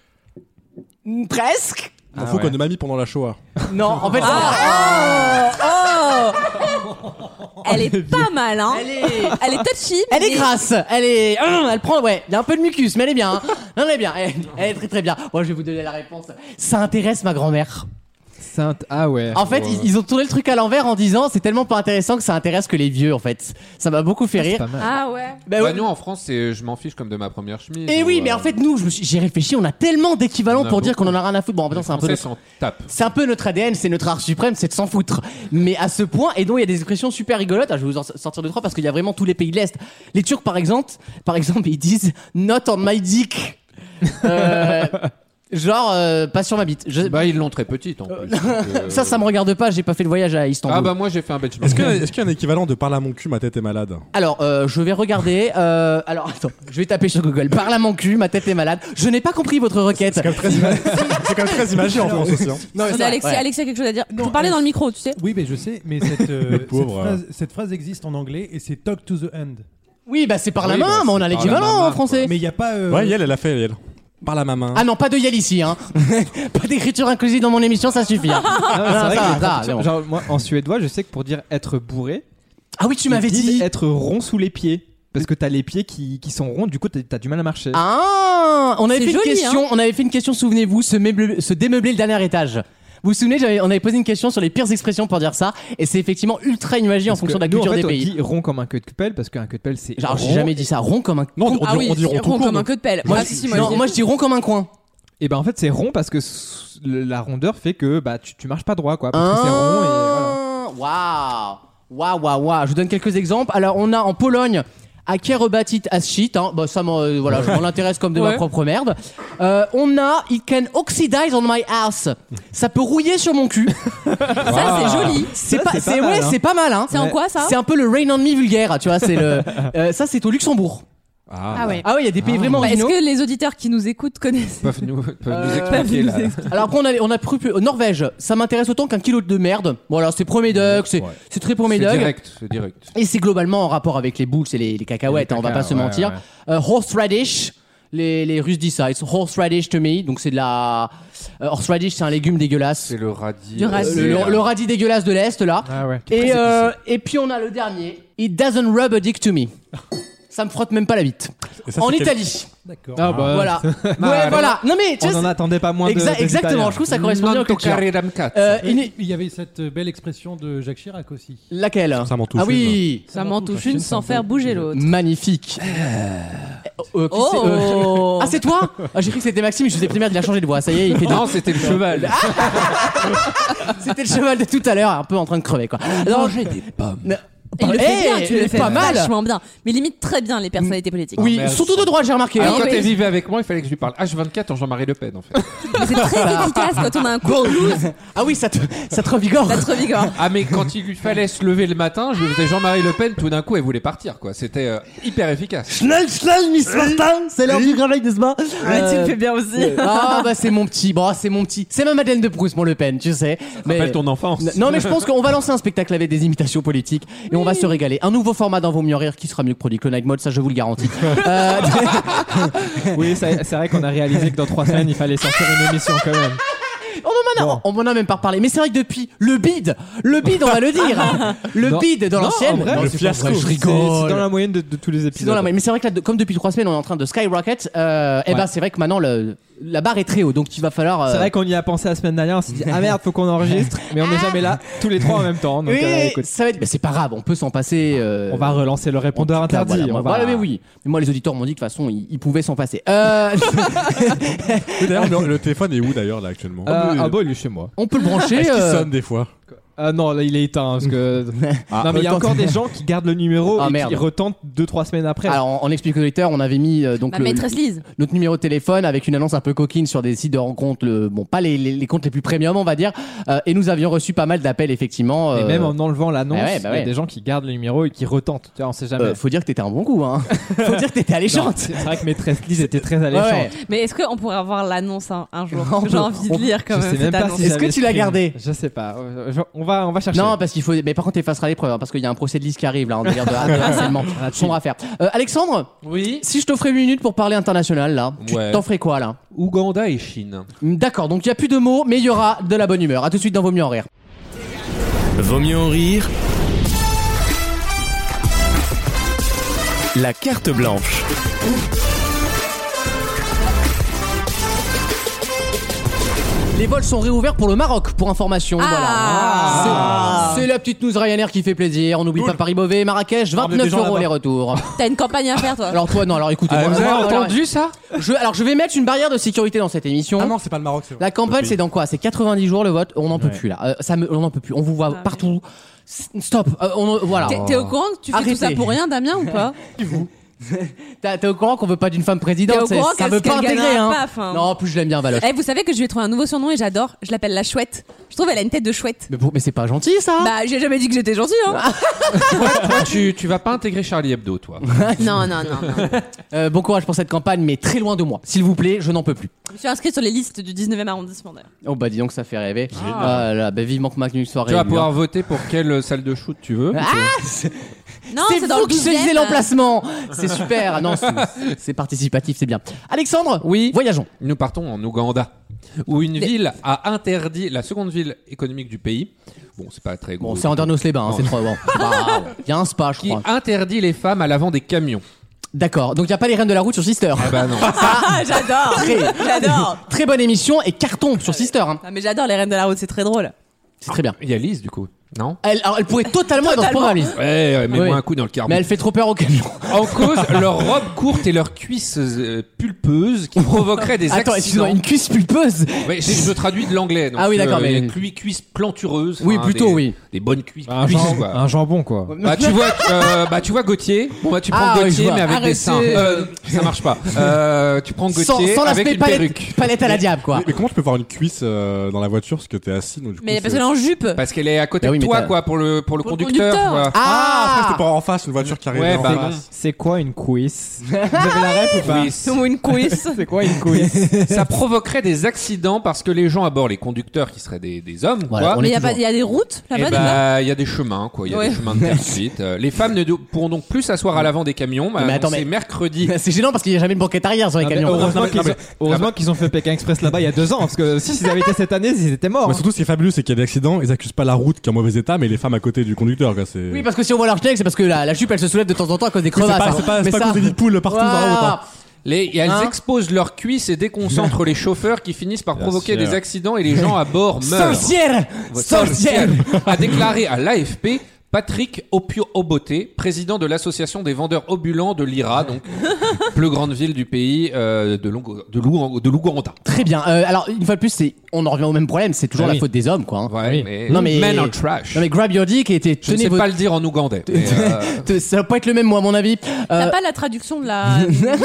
S2: presque.
S3: Je m'en
S6: Ah
S3: fous
S6: ouais.
S3: comme de mamie pendant la Shoah.
S2: Non en fait.
S4: Ah, oh, oh. Elle est pas mal, hein?
S2: Elle est.
S4: Elle est touchy.
S2: Elle est
S4: mais-
S2: grasse, elle est, Hum, elle prend, ouais, il y a un peu de mucus, mais elle est bien. Hein. Non, elle est bien, elle, elle est très très bien. Moi, je vais vous donner la réponse. Ça intéresse ma grand-mère.
S6: Sainte. Ah ouais.
S2: En fait,
S6: Ouais.
S2: ils, ils ont tourné le truc à l'envers en disant c'est tellement pas intéressant que ça intéresse que les vieux, en fait. Ça m'a beaucoup fait
S6: Ah, c'est
S2: rire.
S6: pas mal.
S4: Ah ouais.
S2: Bah,
S5: Bah,
S2: ouais.
S5: nous en France, c'est je m'en fiche comme de ma première chemise.
S2: Et
S5: ou,
S2: oui, mais
S5: euh,
S2: en fait, nous, je me suis- j'ai réfléchi, on a tellement d'équivalents
S5: On a
S2: pour dire
S5: beaucoup.
S2: qu'on en a rien à foutre. Bon, en même temps,
S5: les
S2: c'est un peu
S5: Français
S2: notre,
S5: s'en tapent.
S2: c'est un peu notre A D N, c'est notre art suprême, c'est de s'en foutre. Mais à ce point, et donc il y a des expressions super rigolotes. Ah, je vais vous en sortir deux trois parce qu'il y a vraiment tous les pays de l'Est. Les Turcs, par exemple, par exemple, ils disent not on my dick. Euh, genre, euh, pas sur ma bite. Je-
S5: Bah ils l'ont très petite en plus. donc, euh,
S2: Ça, ça me regarde pas, j'ai pas fait le voyage à Istanbul.
S5: Ah bah moi j'ai fait un benchmark.
S3: Est-ce que- est-ce qu'il y a un équivalent de parle à mon cul, ma tête est malade?
S2: Alors, euh, je vais regarder. Euh, alors, attends, je vais taper sur Google. Parle à mon cul, ma tête est malade. Je n'ai pas compris votre requête.
S3: C'est quand même très imagé, c'est quand même très imagé en France aussi. hein.
S2: Non, mais
S4: On
S2: c'est
S4: a
S2: vrai,
S4: Alexis,
S2: ouais.
S4: Alexis a quelque chose à dire.
S7: Non,
S4: Vous parlez
S7: Alex-
S4: dans le micro, tu sais.
S7: Oui, mais je sais, mais cette, euh,
S3: Le
S7: cette,
S3: pauvre,
S7: phrase, cette phrase existe en anglais et c'est talk to the end.
S2: Oui, bah c'est par la
S5: Oui,
S2: main,
S5: bah,
S2: mais on
S5: c'est
S2: a
S5: par
S2: l'équivalent
S5: la main,
S2: en français.
S7: Mais il n'y a pas. euh,
S3: Ouais, Yel, elle a fait, Yel. Parle à ma main.
S2: Ah non, pas de Yel ici, hein. Pas d'écriture inclusive dans mon émission, ça suffit. Hein.
S6: Ah, c'est
S2: Non,
S6: vrai
S2: ça
S6: que
S2: va,
S6: les
S2: ça va,
S6: traductions-
S2: c'est bon.
S6: Genre, moi, en suédois, je sais que pour dire être bourré,
S2: Ah oui, tu
S6: ils
S2: m'avais
S6: disent
S2: dit.
S6: être rond sous les pieds. Parce que t'as les pieds qui, qui sont ronds, du coup t'as t'as du mal à marcher.
S2: Ah, on avait
S4: C'est
S2: fait une
S4: joli,
S2: question. On avait fait une question. Souvenez-vous, se, meubler- se démeubler le dernier étage. Vous vous souvenez, j'avais- on avait posé une question sur les pires expressions pour dire ça, et c'est effectivement ultra imagé en
S6: Parce
S2: fonction
S6: que
S2: de la
S6: nous,
S2: culture
S6: en fait,
S2: des
S6: on
S2: pays.
S6: dit rond comme un queue de pelle parce qu'un queue de pelle c'est.
S2: Genre, j'ai
S6: rond.
S2: jamais dit ça. Rond comme un.
S3: Non, on dit,
S4: Ah oui,
S3: on dit rond tout
S4: rond
S3: court.
S4: comme un queue de pelle.
S2: Moi,
S4: Ah,
S2: je-
S4: si, si, moi,
S2: non,
S4: je dis-
S2: moi je dis rond comme un coin.
S6: Et ben en fait c'est rond parce que s- le- la rondeur fait que bah tu, tu marches pas droit quoi. Parce que c'est rond et voilà.
S2: Ah, Waouh, waouh, waouh, waouh. Je vous donne quelques exemples. Alors, on a en Pologne I care about it as shit. Hein. Bah, ça m'en, euh, voilà, je m'en intéresse comme de
S4: Ouais.
S2: ma propre merde. Euh, on a It can oxidize on my ass. Ça peut rouiller sur mon cul.
S4: Ça, c'est joli.
S2: C'est
S6: Ça,
S2: pas,
S6: c'est
S2: c'est,
S6: pas mal,
S2: ouais,
S6: hein.
S2: c'est pas mal. Hein.
S4: C'est en quoi ça?
S2: C'est un peu le Rain on Me vulgaire, tu vois. C'est le, euh, ça, c'est au Luxembourg.
S4: Ah ouais.
S2: Ah ouais, il y a des pays vraiment
S4: Bah, est-ce
S2: originaux.
S4: que les auditeurs qui nous écoutent connaissent?
S5: Peuvent nous, peuvent nous
S2: Euh,
S5: expliquer là.
S2: Alors après on a, on a pris euh, Norvège. Ça m'intéresse autant qu'un kilo de merde. Voilà, c'est pro médoc, c'est,
S5: Ouais.
S2: c'est très pro
S5: C'est
S2: médoc.
S5: direct, c'est direct.
S2: Et c'est globalement en rapport avec les boules et les, les cacahuètes,
S5: Les
S2: hein, on va
S5: cacas,
S2: pas se
S5: ouais,
S2: mentir.
S5: ouais.
S2: Euh, horseradish, les, les Russes disent ça. It's horseradish to me, donc c'est de la. Euh, horseradish, c'est un légume dégueulasse.
S5: C'est le radis.
S4: Du radis.
S2: Euh, le, le radis dégueulasse de l'Est, là.
S6: Ah ouais.
S2: Et, euh, et puis on a le dernier. It doesn't rub a dick to me. Ça me frotte même pas la bite.
S3: Et ça,
S2: En
S3: c'est quel-
S2: Italie.
S7: D'accord.
S6: Ah bah,
S2: Voilà. Ouais, voilà. Non mais tu
S6: on
S2: sais,
S6: n'en attendait pas moins de.
S2: exa-
S6: des
S2: exactement.
S6: Italiens.
S2: Je trouve que ça correspond bien
S5: Non
S2: au culture.
S5: toccare ramcat.
S2: Euh,
S7: Et
S2: une-
S7: il y avait cette belle expression de Jacques Chirac aussi.
S2: Laquelle?
S3: Ça m'en touche
S2: Ah oui.
S4: Ça m'en touche une sans faire bouger l'autre.
S2: Magnifique. Euh, qui c'est, euh,
S4: Oh.
S2: Ah c'est toi? Ah, j'ai cru que c'était Maxime, je vous ai pris merde, il a changé de voix, ça y est, il fait
S5: Non, c'était le cheval.
S2: C'était le cheval de tout à l'heure, un peu en train de crever quoi. Non,
S5: Manger des pommes.
S4: Et il le fait
S2: Eh,
S4: bien, tu le fais
S2: pas mal.
S4: vachement bien. Mais limite très bien les personnalités politiques.
S2: Oui,
S5: Merci.
S2: surtout de droite, j'ai remarqué.
S5: Alors,
S2: hein.
S5: quand
S4: oui.
S5: elle vivait avec moi, il fallait que je lui parle H vingt-quatre en Jean-Marie Le Pen en fait.
S4: Mais c'est très efficace quand on a un coup de blues.
S2: Ah oui, ça te, ça te revigore.
S4: Ça te revigore.
S5: Ah, mais quand il lui fallait se lever le matin, je lui faisais Jean-Marie Le Pen, tout d'un coup, elle voulait partir quoi. C'était euh, hyper efficace.
S2: Schnell, schnell, Miss Martin, c'est l'heure du travail, n'est-ce pas?
S4: Ouais, tu le
S2: Euh,
S4: fais bien aussi.
S2: Ah bah c'est mon petit, bon c'est mon petit, c'est ma Madeleine de Proust mon Le Pen, tu sais. Mais
S5: Rappelle ton enfance.
S2: non mais je pense qu'on va lancer un spectacle avec des imitations politiques et on va se régaler. Un nouveau format dans Vaut mieux en rire qui sera mieux que produit que Night Mode, ça je vous le garantis. euh,
S6: Oui, ça- c'est vrai qu'on a réalisé que dans trois semaines, il fallait sortir une émission quand même.
S2: on m'en a, on m'en a même pas reparlé, mais c'est vrai que depuis le bid, le bid on va le dire, le
S6: Non.
S2: bid dans
S6: Non,
S2: l'ancienne,
S6: en vrai,
S2: non,
S6: le
S2: c'est pas
S6: fiasco.
S2: vrai, je
S6: C'est-
S2: rigole.
S6: C'est dans la moyenne de, de tous les
S2: C'est
S6: épisodes.
S2: dans la moyenne. Mais c'est vrai que là, de- comme depuis trois semaines on est en train de skyrocket, euh, et ben
S6: Ouais.
S2: c'est vrai que maintenant le, la barre est très haut, donc il va falloir. euh,
S6: C'est vrai qu'on y a pensé la semaine dernière, on s'est dit ah merde, faut qu'on enregistre, mais on n'est jamais là tous les trois en même temps. Donc
S2: oui,
S6: euh, écoute,
S2: ça va être, mais c'est pas grave, on peut s'en passer. euh,
S6: on va relancer le répondeur
S2: En tout cas,
S6: interdit.
S2: voilà, moi-
S6: on va-
S2: voilà, mais oui. Mais moi, les auditeurs m'ont dit que de toute façon, ils, ils pouvaient s'en passer. Euh,
S3: Et d'ailleurs, le, le téléphone est où d'ailleurs là actuellement?
S6: Euh, ah bon, il est chez moi.
S2: on peut le brancher.
S3: Est-ce qu'il
S2: euh,
S3: sonne des fois?
S6: Ah non, là il est éteint parce que.
S2: Ah,
S6: non mais il y a
S2: autant-
S6: encore des gens qui gardent le numéro
S2: Ah,
S6: et
S2: merde.
S6: qui retentent deux trois semaines après.
S2: Alors, on, on explique aux auditeurs, on avait mis euh, donc
S4: Ma
S2: le-
S4: maîtresse Lise.
S2: notre numéro de téléphone avec une annonce un peu coquine sur des sites de rencontres, le, bon, pas les, les, les comptes les plus premium, on va dire. Euh, et nous avions reçu pas mal d'appels, effectivement.
S6: Et
S2: euh,
S6: même en enlevant l'annonce,
S2: bah ouais,
S6: il
S2: bah
S6: y a
S2: ouais.
S6: des gens qui gardent le numéro et qui retentent. Tu vois, on sait jamais.
S2: euh, faut dire que t'étais un bon coup, hein. Faut dire que t'étais
S6: Non,
S2: alléchante.
S6: c'est vrai que maîtresse Lise était très
S2: Ouais,
S6: alléchante.
S2: ouais.
S4: Mais est-ce qu'on pourrait avoir l'annonce un, un jour?
S2: On peut-
S4: J'ai envie de
S2: on-
S4: lire quand
S6: Je
S4: même
S6: sais même
S4: cette
S6: pas
S4: annonce.
S6: si
S2: Est-ce que
S6: j'avais
S2: tu l'as
S6: stream.
S2: gardé?
S6: Je sais pas. Euh, je- On va, on va chercher.
S2: Non, parce qu'il faut. Mais par contre, effaceras l'épreuve, hein, parce qu'il y a un procès de liste qui arrive là, en délire de de harcèlement. Sombre affaire. Euh, Alexandre,
S5: Oui.
S2: si je t'offrais une minute pour parler international là, tu
S5: Ouais.
S2: t'en ferais quoi là?
S5: Ouganda et Chine.
S2: D'accord, donc il n'y a plus de mots, mais il y aura de la bonne humeur. A tout de suite dans Vaut mieux en rire.
S1: Vaut mieux en rire. La carte blanche.
S2: Les vols sont réouverts pour le Maroc, pour information.
S4: Ah.
S2: Voilà. C'est c'est la petite news Ryanair qui fait plaisir. On n'oublie pas Paris-Beauvais et Marrakech,
S3: Ramenez des
S2: vingt-neuf
S3: gens
S2: euros
S3: là-bas.
S2: les retours.
S4: T'as une campagne à faire toi.
S2: Alors toi, non, alors écoutez.
S5: Ah,
S2: moi,
S5: vous avez
S2: moi, alors,
S5: entendu ça?
S2: je, alors je vais mettre une barrière de sécurité dans cette émission.
S3: Ah non, c'est pas le Maroc, c'est
S2: La campagne, c'est dans quoi? C'est quatre-vingt-dix jours le vote. On n'en peut
S3: Ouais.
S2: plus là. Euh, ça me, on n'en peut plus. On vous voit
S4: Ah,
S2: partout. S- Stop. Euh, on, voilà.
S4: T'es t'es au courant que tu fais tout ça
S2: Arrêtez.
S4: pour rien, Damien, ou pas?
S2: T'as- T'es au courant qu'on veut pas d'une femme présidente?
S4: T'es au
S2: c'est-
S4: courant
S2: Ça
S4: qu'elle-
S2: veut pas
S4: qu'elle
S2: intégrer,
S4: gagnera
S2: hein.
S4: pas, enfin.
S2: Non, en plus je l'aime bien, Valoche.
S4: Eh, vous savez que je lui ai trouvé un nouveau surnom et j'adore. Je l'appelle la chouette. Je trouve elle a une tête de chouette.
S2: Mais, pour- mais c'est pas gentil ça.
S4: Bah, j'ai jamais dit que j'étais gentille, hein.
S5: Toi, tu, tu vas pas intégrer Charlie Hebdo, toi.
S4: Non, non, non, non.
S2: Euh, bon courage pour cette campagne, mais très loin de moi. S'il vous plaît, je n'en peux plus.
S4: Je me suis inscrite sur les listes du dix-neuvième arrondissement d'ailleurs.
S2: Oh bah dis donc, ça fait rêver. Ah là, bah vivement que Magnus soit
S5: Tu vas
S2: réélu,
S5: pouvoir
S2: hein.
S5: voter pour quelle salle de shoot tu veux.
S2: Ah, c'est
S4: Non,
S2: c'est
S4: c'est dans
S2: vous
S4: le
S2: qui choisissez
S4: douzième.
S2: l'emplacement. C'est super. Ah non, c'est- c'est participatif, c'est bien. Alexandre,
S5: Oui.
S2: voyageons.
S5: Nous partons en Ouganda, où une ville a interdit, la seconde ville économique du pays, bon c'est pas très gros,
S2: Bon, c'est Andernos-les-Bains, hein,
S5: Non.
S2: c'est trop bon. C'est pas grave. Il y a un spa, je
S5: qui
S2: crois.
S5: interdit les femmes à l'avant des camions.
S2: D'accord. Donc il y a pas les reines de la route sur Sister.
S5: Ah bah non.
S4: Ah, j'adore.
S2: Très,
S4: J'adore.
S2: très bonne émission et carton sur Sister. hein.
S4: Ah, mais j'adore les reines de la route, c'est très drôle.
S2: C'est très bien.
S5: Il y a Lise du coup. Non.
S2: Elle, alors, elle pourrait totalement, être dans ce programme. Lise.
S5: Ouais, ouais mets-moi
S2: Oui.
S5: un coup dans le carreau.
S2: Mais elle fait trop peur aux camions.
S5: En cause, leurs robes courtes et leurs cuisses euh, pulpeuses qui provoqueraient des
S2: Attends,
S5: accidents.
S2: excuse-moi, une cuisse pulpeuse.
S5: Ouais, je, je traduis de l'anglais. Donc,
S2: Ah oui, d'accord,
S5: euh,
S2: mais-
S5: des cui- cuisses plantureuses.
S2: Oui,
S5: enfin,
S2: plutôt,
S5: des,
S2: oui.
S5: Des bonnes cuisses.
S6: Un,
S5: cuisses,
S6: jam-
S5: quoi.
S6: un jambon, quoi.
S5: Bah tu vois, euh, bah tu vois Gauthier. Bon bah tu prends
S2: Ah, oui, je
S5: Gauthier
S2: vois.
S5: mais avec
S2: Arrêtez.
S5: des seins. Euh, ça marche pas. Euh, tu prends Gauthier
S2: Sans, sans
S5: avec
S2: l'aspect
S5: une
S2: palette,
S5: perruque.
S2: palette à la diable, quoi.
S3: Mais, mais comment tu peux voir une cuisse euh, dans la voiture parce que t'es assis donc, du coup,
S4: Mais parce
S3: c'est-
S4: qu'elle est en jupe.
S5: Parce qu'elle est à côté
S2: Bah oui,
S5: de
S2: mais
S5: toi
S2: t'as-
S5: quoi pour le pour le
S4: Pour le
S5: conducteur.
S4: conducteur.
S5: quoi.
S3: Ah, après
S2: Ah,
S3: c'était pas en face, une voiture qui arrive
S5: Ouais,
S3: en
S5: bah
S3: face.
S5: non.
S6: C'est quoi une cuisse? Vous avez la ref ou pas?
S5: Cuisse.
S4: Ou une cuisse.
S6: C'est quoi une cuisse?
S5: Ça provoquerait des accidents parce que les gens à bord, les conducteurs qui seraient des, des hommes,
S2: Voilà,
S5: quoi.
S2: on
S4: Mais
S2: est
S4: il y a pas,
S2: toujours-
S4: il y a des routes
S5: Eh
S4: là-bas déjà.
S5: bah, il y a des chemins, quoi. Il y a
S4: Ouais.
S5: des chemins de poursuite. Euh, les femmes ne do- pourront donc plus s'asseoir à l'avant des camions. Bah,
S2: Mais attends,
S5: c'est
S2: mais-
S5: mercredi.
S2: C'est gênant parce qu'il n'y a jamais de banquette arrière sur les
S6: Ah, mais
S2: camions.
S6: heureusement qu'ils
S3: non, mais-
S6: ont, heureusement qu'ils ont fait Pékin Express là-bas il y a deux ans, parce que si ils avaient été cette année, ils étaient morts.
S3: Mais surtout, ce qui est fabuleux, c'est qu'il y a des accidents, ils accusent pas la route qui est en mauvais état, mais les femmes à côté du conducteur. Quoi, c'est...
S2: Oui, parce que si on voit leur schneck, c'est parce que la, la jupe elle se soulève de temps en temps à cause des
S3: Oui, c'est
S2: crevasses.
S3: pas,
S2: hein.
S3: c'est pas, c'est
S2: Mais
S3: pas
S2: ça-
S3: cause des nids de poules partout dans la route.
S2: Voilà.
S3: Hein.
S5: Les, et elles
S2: Hein
S5: exposent leurs cuisses et déconcentrent les chauffeurs qui finissent par
S3: Bien
S5: provoquer
S3: sûr.
S5: des accidents et les gens à bord meurent.
S2: Sorcière Sorcière
S5: A déclaré à l'A F P Patrick Opio-Oboté, président de l'association des vendeurs ambulants de l'Ira, donc plus grande ville du pays euh, de, Longo- de, Lou- de l'Ouganda.
S2: Très bien. Euh, alors, une fois de plus, c'est, on en revient au même problème, c'est toujours
S6: Ah
S2: la
S6: oui.
S2: faute des hommes, quoi. hein.
S5: Ouais,
S6: Oui.
S5: mais,
S2: Non, mais-
S5: men are trash.
S2: Non, mais grab your dick et était,
S5: Je ne
S2: tenez
S5: sais
S2: votre...
S5: pas le dire en ougandais. mais, euh,
S2: Te- Ça va pas être le même, moi, à mon avis.
S4: T'as
S2: Euh,
S4: pas la traduction de la.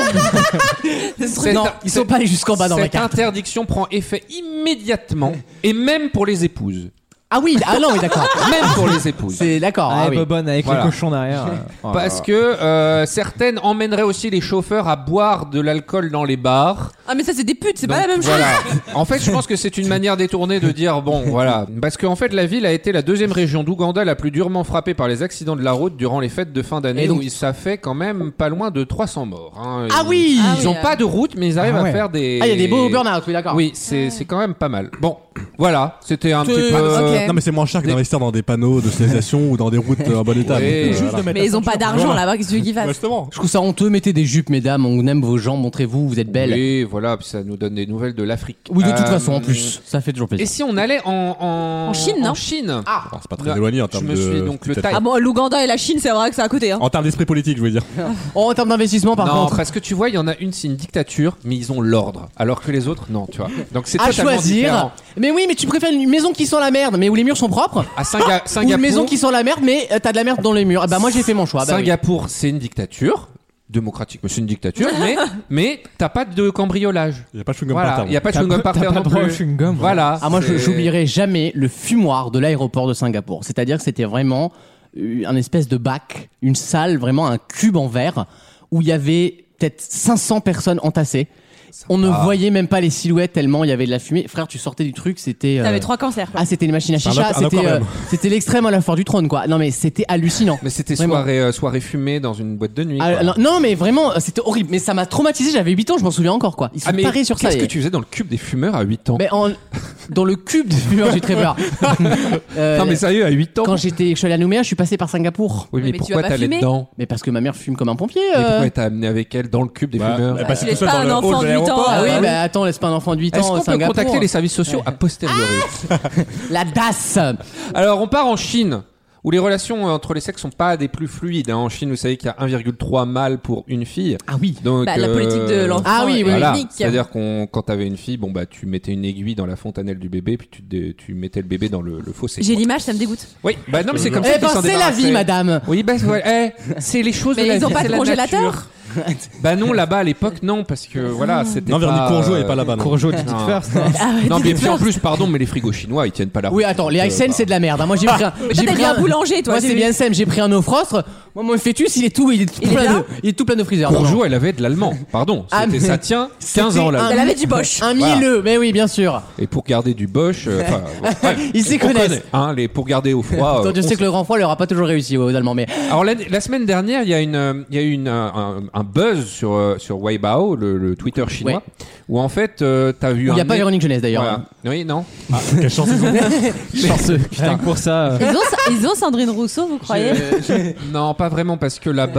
S5: c'est-
S2: non, ils sont pas allés jusqu'en bas dans ma
S5: Cette
S2: carte.
S5: interdiction prend effet immédiatement et même pour les épouses.
S2: Ah oui, ah non, mais d'accord.
S5: Même pour les épouses.
S2: C'est d'accord.
S6: Ah,
S2: Ah, oui.
S6: Bobonne avec
S5: Voilà.
S6: les cochons derrière. Oh là
S5: Parce
S6: là.
S5: que euh, certaines emmèneraient aussi les chauffeurs à boire de l'alcool dans les bars.
S4: Ah mais ça c'est des putes, c'est pas
S5: Donc,
S4: la même
S5: voilà.
S4: chose.
S5: En fait, je pense que c'est une manière détournée de dire bon, voilà, parce qu'en fait, la ville a été la deuxième région d'Ouganda la plus durement frappée par les accidents de la route durant les fêtes de fin d'année,
S2: Et donc-
S5: où ça fait quand même pas loin de trois cents morts. hein.
S2: Ah
S5: Ils-
S2: oui
S4: Ah
S5: Ils
S4: oui,
S5: ont
S4: euh.
S5: pas de route, mais ils arrivent
S6: Ah ouais.
S5: à faire des.
S2: Ah, il y a des beaux burn-out, oui, d'accord.
S5: Oui, c'est c'est quand même pas mal. Bon, voilà, c'était un
S2: C'est-
S5: petit peu.
S4: Ah, ok.
S3: Non, mais c'est moins cher que
S5: Des-
S3: d'investir dans des panneaux de signalisation ou dans des routes euh, en bon état.
S5: Ouais,
S3: donc, euh,
S5: juste
S3: voilà.
S4: Mais ils ont pas d'argent là-bas, qu'est-ce que tu veux qu'ils
S3: Ouais,
S4: fassent?
S3: Justement.
S2: Je trouve ça honteux, mettez des jupes, mesdames, on aime vos jambes, montrez-vous, vous êtes belles.
S5: Oui, voilà, puis ça nous donne des nouvelles de l'Afrique.
S2: Oui, de toute
S5: Euh,
S2: façon, en plus, ça fait toujours
S5: Et
S2: plaisir.
S5: si on allait en en,
S4: En Chine, non
S5: En Chine.
S2: Ah,
S3: Alors, c'est pas très
S5: Non,
S3: éloigné en
S5: je
S3: termes
S5: me
S3: de.
S5: suis donc le
S3: peut-être-
S5: taille.
S4: Ah bon, l'Ouganda et la Chine, c'est vrai que c'est à côté. Hein.
S3: En termes d'esprit politique, je veux dire.
S2: Oh, en termes d'investissement, par
S5: non,
S2: contre.
S5: parce que tu vois, il y en a une, c'est une dictature, mais ils ont l'ordre, alors que les autres, non, tu vois. Donc c'est
S2: À
S5: totalement
S2: choisir.
S5: différent.
S2: Mais oui, mais tu préfères une maison qui sent la merde, mais où les murs sont propres.
S5: À Singa-
S2: Ou
S5: Singapour,
S2: une maison qui sent la merde, mais euh, t'as de la merde dans les murs. Ah bah moi j'ai fait mon choix. Bah, oui.
S5: Singapour, c'est une dictature démocratique, mais c'est une dictature, mais mais t'as pas de cambriolage.
S3: Il n'y a pas de chewing-gum par
S5: Voilà,
S3: terre.
S5: il y a pas de
S6: T'as
S5: chewing-gum
S6: pas-
S5: par
S6: t'as
S5: terre
S6: pas
S5: non
S6: droit au
S5: plus.
S6: chewing-gum, ouais.
S5: Voilà.
S2: Ah moi je-
S5: c'est-
S2: j'oublierai jamais le fumoir de l'aéroport de Singapour. C'est-à-dire que c'était vraiment euh, un espèce de bac, une salle, vraiment un cube en verre où il y avait peut-être cinq cents personnes entassées. On ne voyait même pas les silhouettes tellement il y avait de la fumée. Frère, tu sortais du truc, c'était. euh,
S4: T'avais trois cancers. Quoi.
S2: Ah, c'était une machine à
S3: C'est un
S2: chicha.
S3: aqu- un
S2: C'était, euh,
S3: aquarium.
S2: c'était l'extrême à la foire du trône, quoi. Non mais c'était hallucinant.
S5: Mais c'était
S2: Vraiment.
S5: soirée euh, soirée fumée dans une boîte de nuit.
S2: Ah,
S5: quoi.
S2: non, non, mais vraiment, c'était horrible. Mais ça m'a traumatisé. J'avais huit ans, je m'en souviens encore, quoi. Ils sont
S5: Ah, mais
S2: tarés sur ça.
S5: qu'est-ce
S2: et-
S5: que tu faisais dans le cube des fumeurs à huit ans?
S2: Mais en... dans le cube de fumeurs, j'ai très peur. Euh,
S5: Non mais sérieux, à huit ans?
S2: Quand j'étais, je suis allé à Nouméa, je suis passé par Singapour.
S5: Oui, mais,
S4: Mais tu
S5: pourquoi
S4: vas pas
S5: t'allais
S4: fumer
S5: dedans?
S2: Mais parce que ma mère fume comme un pompier.
S5: Mais
S2: euh.
S5: pourquoi elle t'a amené avec elle dans le cube des
S3: Bah,
S5: fumeurs?
S3: bah, c'est
S4: tu laisses
S3: tout seul
S4: pas
S3: dans
S4: un
S3: le
S4: enfant
S3: hall
S4: de
S3: de
S4: huit ans,
S3: l'aéroport.
S2: Ah oui,
S4: ouais.
S2: bah attends, laisse pas un enfant de huit
S5: Est-ce
S2: ans
S5: qu'on
S2: à
S5: peut
S2: Singapour.
S5: contacter les services sociaux a posteriori?
S2: La D A S.
S5: Alors, on part en Chine, où les relations entre les sexes sont pas des plus fluides. hein. En Chine, vous savez qu'il y a un virgule trois mâles pour une fille.
S2: Ah oui.
S5: Donc,
S4: Bah, la
S5: euh,
S4: politique de l'enfant
S2: Ah oui,
S4: est
S2: oui,
S5: Voilà.
S4: unique.
S5: C'est-à-dire qu'on, quand t'avais une fille, bon bah tu mettais une aiguille dans la fontanelle du bébé, puis tu, dé- tu mettais le bébé dans le, le fossé.
S4: J'ai l'image, ça me dégoûte.
S5: Oui, bah non mais c'est comme ça
S2: Eh
S5: qu'ils
S2: ben,
S5: s'en
S2: c'est la
S5: débarrassaient.
S2: vie, madame.
S5: Oui, bah ouais, eh, c'est les choses
S4: Mais
S5: de la
S4: ils ont
S5: vie,
S4: pas
S5: c'est
S4: de
S5: la
S4: congélateur
S5: nature. Bah non, là-bas à l'époque non, parce que voilà, c'était
S3: Non,
S5: pas.
S3: Véronique Courgeot est pas là-bas. non.
S6: Courgeot, dit
S5: Non.
S6: first. hein.
S5: Non, mais puis en plus, pardon, mais les frigos chinois, ils tiennent pas la route.
S2: Oui, attends, les
S5: Euh,
S2: Aysen,
S5: bah.
S2: c'est de la merde. hein. Moi, j'ai pris un.
S4: Mais
S2: j'ai
S4: toi, t'es
S2: pris
S4: bien boulanger, toi.
S2: Moi,
S4: j'ai
S2: c'est
S4: vu.
S2: bien simple. J'ai pris un Ofrostre. Moi, mon fœtus, il est tout, il est tout
S4: Il est
S2: plein
S4: bien
S2: de, il est tout plein de freezer. Non, non.
S5: Courgeot, elle avait de l'allemand, pardon.
S2: Ah,
S5: C'était-
S2: mais-
S5: Ça tient quinze ans là.
S2: un-
S4: Elle avait du Bosch.
S2: Un
S5: Voilà.
S2: milleux, mais oui, bien sûr.
S5: Et pour garder du Bosch, euh, enfin, bon, bref,
S2: Ils s'y
S5: on
S2: connaissent.
S5: connaît, hein, les, pour garder au froid.
S2: Toi,
S5: euh,
S2: je
S5: on
S2: sais que le grand froid leur a pas toujours réussi aux Allemands, mais.
S5: Alors la, la semaine dernière, il y a une, euh, il y a eu une, un, un- un buzz sur euh, sur Weibo, le, le Twitter chinois,
S2: Ouais.
S5: où en fait, euh, t'as vu
S2: Il
S5: un.
S2: n'y a pas
S5: mec-
S2: Véronique Jeunesse d'ailleurs.
S5: Voilà. Oui, non.
S3: Quelle chance ils ont.
S2: Chanceux.
S6: Rien que pour ça. euh,
S4: Ils ont, ils ont Sandrine Rousseau, vous croyez?
S5: Non, pas vraiment parce que là-bas, si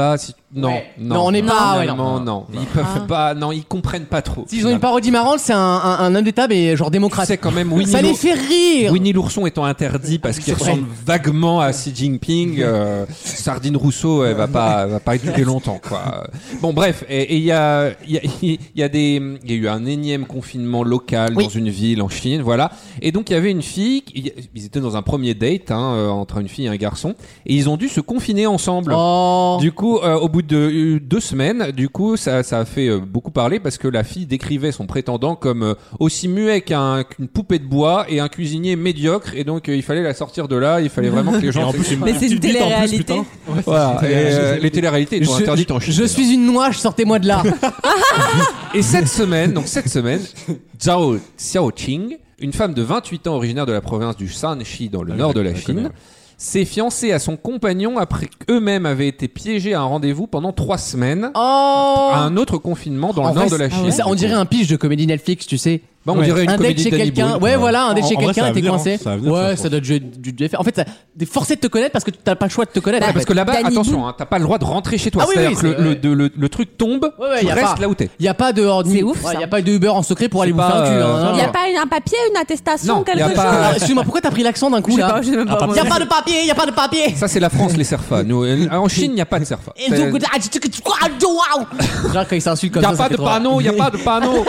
S5: Non,
S2: Ouais.
S5: non,
S2: Non, on n'est pas- ouais,
S5: finalement, non. Ils peuvent
S4: Ah.
S5: pas, non, ils comprennent pas trop.
S2: S'ils ont une parodie marrante, c'est un, un, un homme d'État, mais genre démocrate.
S5: C'est quand même Winnie
S2: Ça les
S5: l'ours-
S2: fait rire.
S5: Winnie l'ourson étant interdit parce qu'il
S2: C'est vrai.
S5: ressemble vaguement à Xi Jinping. euh, Sardine Rousseau, elle va pas, elle va pas durer longtemps, quoi. Bon, bref, et il y a, il y a, il y a des, il y a eu un énième confinement local
S2: Oui.
S5: dans une ville en Chine, voilà. Et donc il y avait une fille, qui- ils étaient dans un premier date hein, euh, entre une fille et un garçon, et ils ont dû se confiner ensemble.
S2: Oh.
S5: Du coup, euh, au bout de euh, deux semaines, du coup, ça, ça a fait euh, beaucoup parler parce que la fille décrivait son prétendant comme euh, aussi muet qu'un, qu'une poupée de bois et un cuisinier médiocre. Et donc, euh, il fallait la sortir de là. Il fallait vraiment que les gens.
S3: en plus, une
S4: Mais c'est une
S3: petite bite en plus,
S4: télé-réalité.
S3: putain.
S5: Voilà. Et, euh, les téléréalités sont
S2: Je-
S5: interdites en Chine.
S2: Je suis une noix, sortez-moi de là.
S5: Et cette semaine, donc cette semaine, Zhao Xiaoqing, une femme de vingt-huit ans originaire de la province du Shanxi dans le
S3: Ah,
S5: nord
S3: je
S5: de la
S3: la connais,
S5: Chine,
S3: ouais.
S5: s'est fiancée à son compagnon après qu'eux-mêmes avaient été piégés à un rendez-vous pendant trois semaines
S2: Oh.
S5: à un autre confinement dans
S2: En
S5: le nord
S2: vrai,
S5: de la
S2: c'est-
S5: Chine.
S2: Mais ça, on dirait un pitch de comédie Netflix, tu sais.
S5: Bah, on
S6: Ouais.
S5: dirait une
S2: un date
S5: comédie
S2: chez
S5: d'Annie
S2: quelqu'un.
S5: Boone,
S2: Ouais,
S5: quoi.
S2: voilà, un date
S3: En-
S2: chez
S3: en vrai,
S2: quelqu'un
S3: ça
S2: et
S3: va
S2: t'es
S3: venir,
S2: coincé.
S3: hein, ça va venir,
S2: Ouais,
S3: ça,
S2: ça doit être du du F R. En fait, ça- t'es forcé de te connaître parce que t'as pas le choix de te connaître.
S5: Ouais,
S2: en
S5: parce
S2: fait.
S5: que là-bas,
S4: Danny
S5: attention,
S4: Boone.
S5: hein, t'as pas le droit de rentrer chez toi.
S2: Ah oui,
S5: C'est-à-dire
S2: oui,
S5: que le,
S2: c'est-
S5: le, de- le- le truc tombe,
S2: Ouais, ouais,
S5: tu
S2: y a
S5: restes
S2: pas-
S5: là où t'es.
S2: Il y a pas de
S4: C'est ouf,
S2: Il
S4: ça.
S2: y a pas de Uber en secret pour aller
S5: C'est
S2: vous faire
S5: pas,
S2: un cul.
S5: euh,
S2: hein,
S5: non,
S2: non,
S4: Il n'y a
S2: non.
S4: pas une- un papier, une attestation,
S5: Non,
S4: quelque
S5: y a
S4: chose
S5: pas-
S2: Alors, Excuse-moi, pourquoi t'as pris l'accent d'un coup
S4: Je sais
S2: là
S4: pas, je sais même pas.
S2: Il y a pas de papier, il y a pas de papier.
S5: Ça, c'est la France, les serfas. Nous, euh, en Chine, il n'y a pas de serfas.
S2: Et donc, genre quand ils s'insultent comme
S5: Il
S2: ça.
S5: n'y a
S2: ça
S5: pas
S2: fait
S5: de
S2: trop
S5: panneau, il n'y a pas de panneau.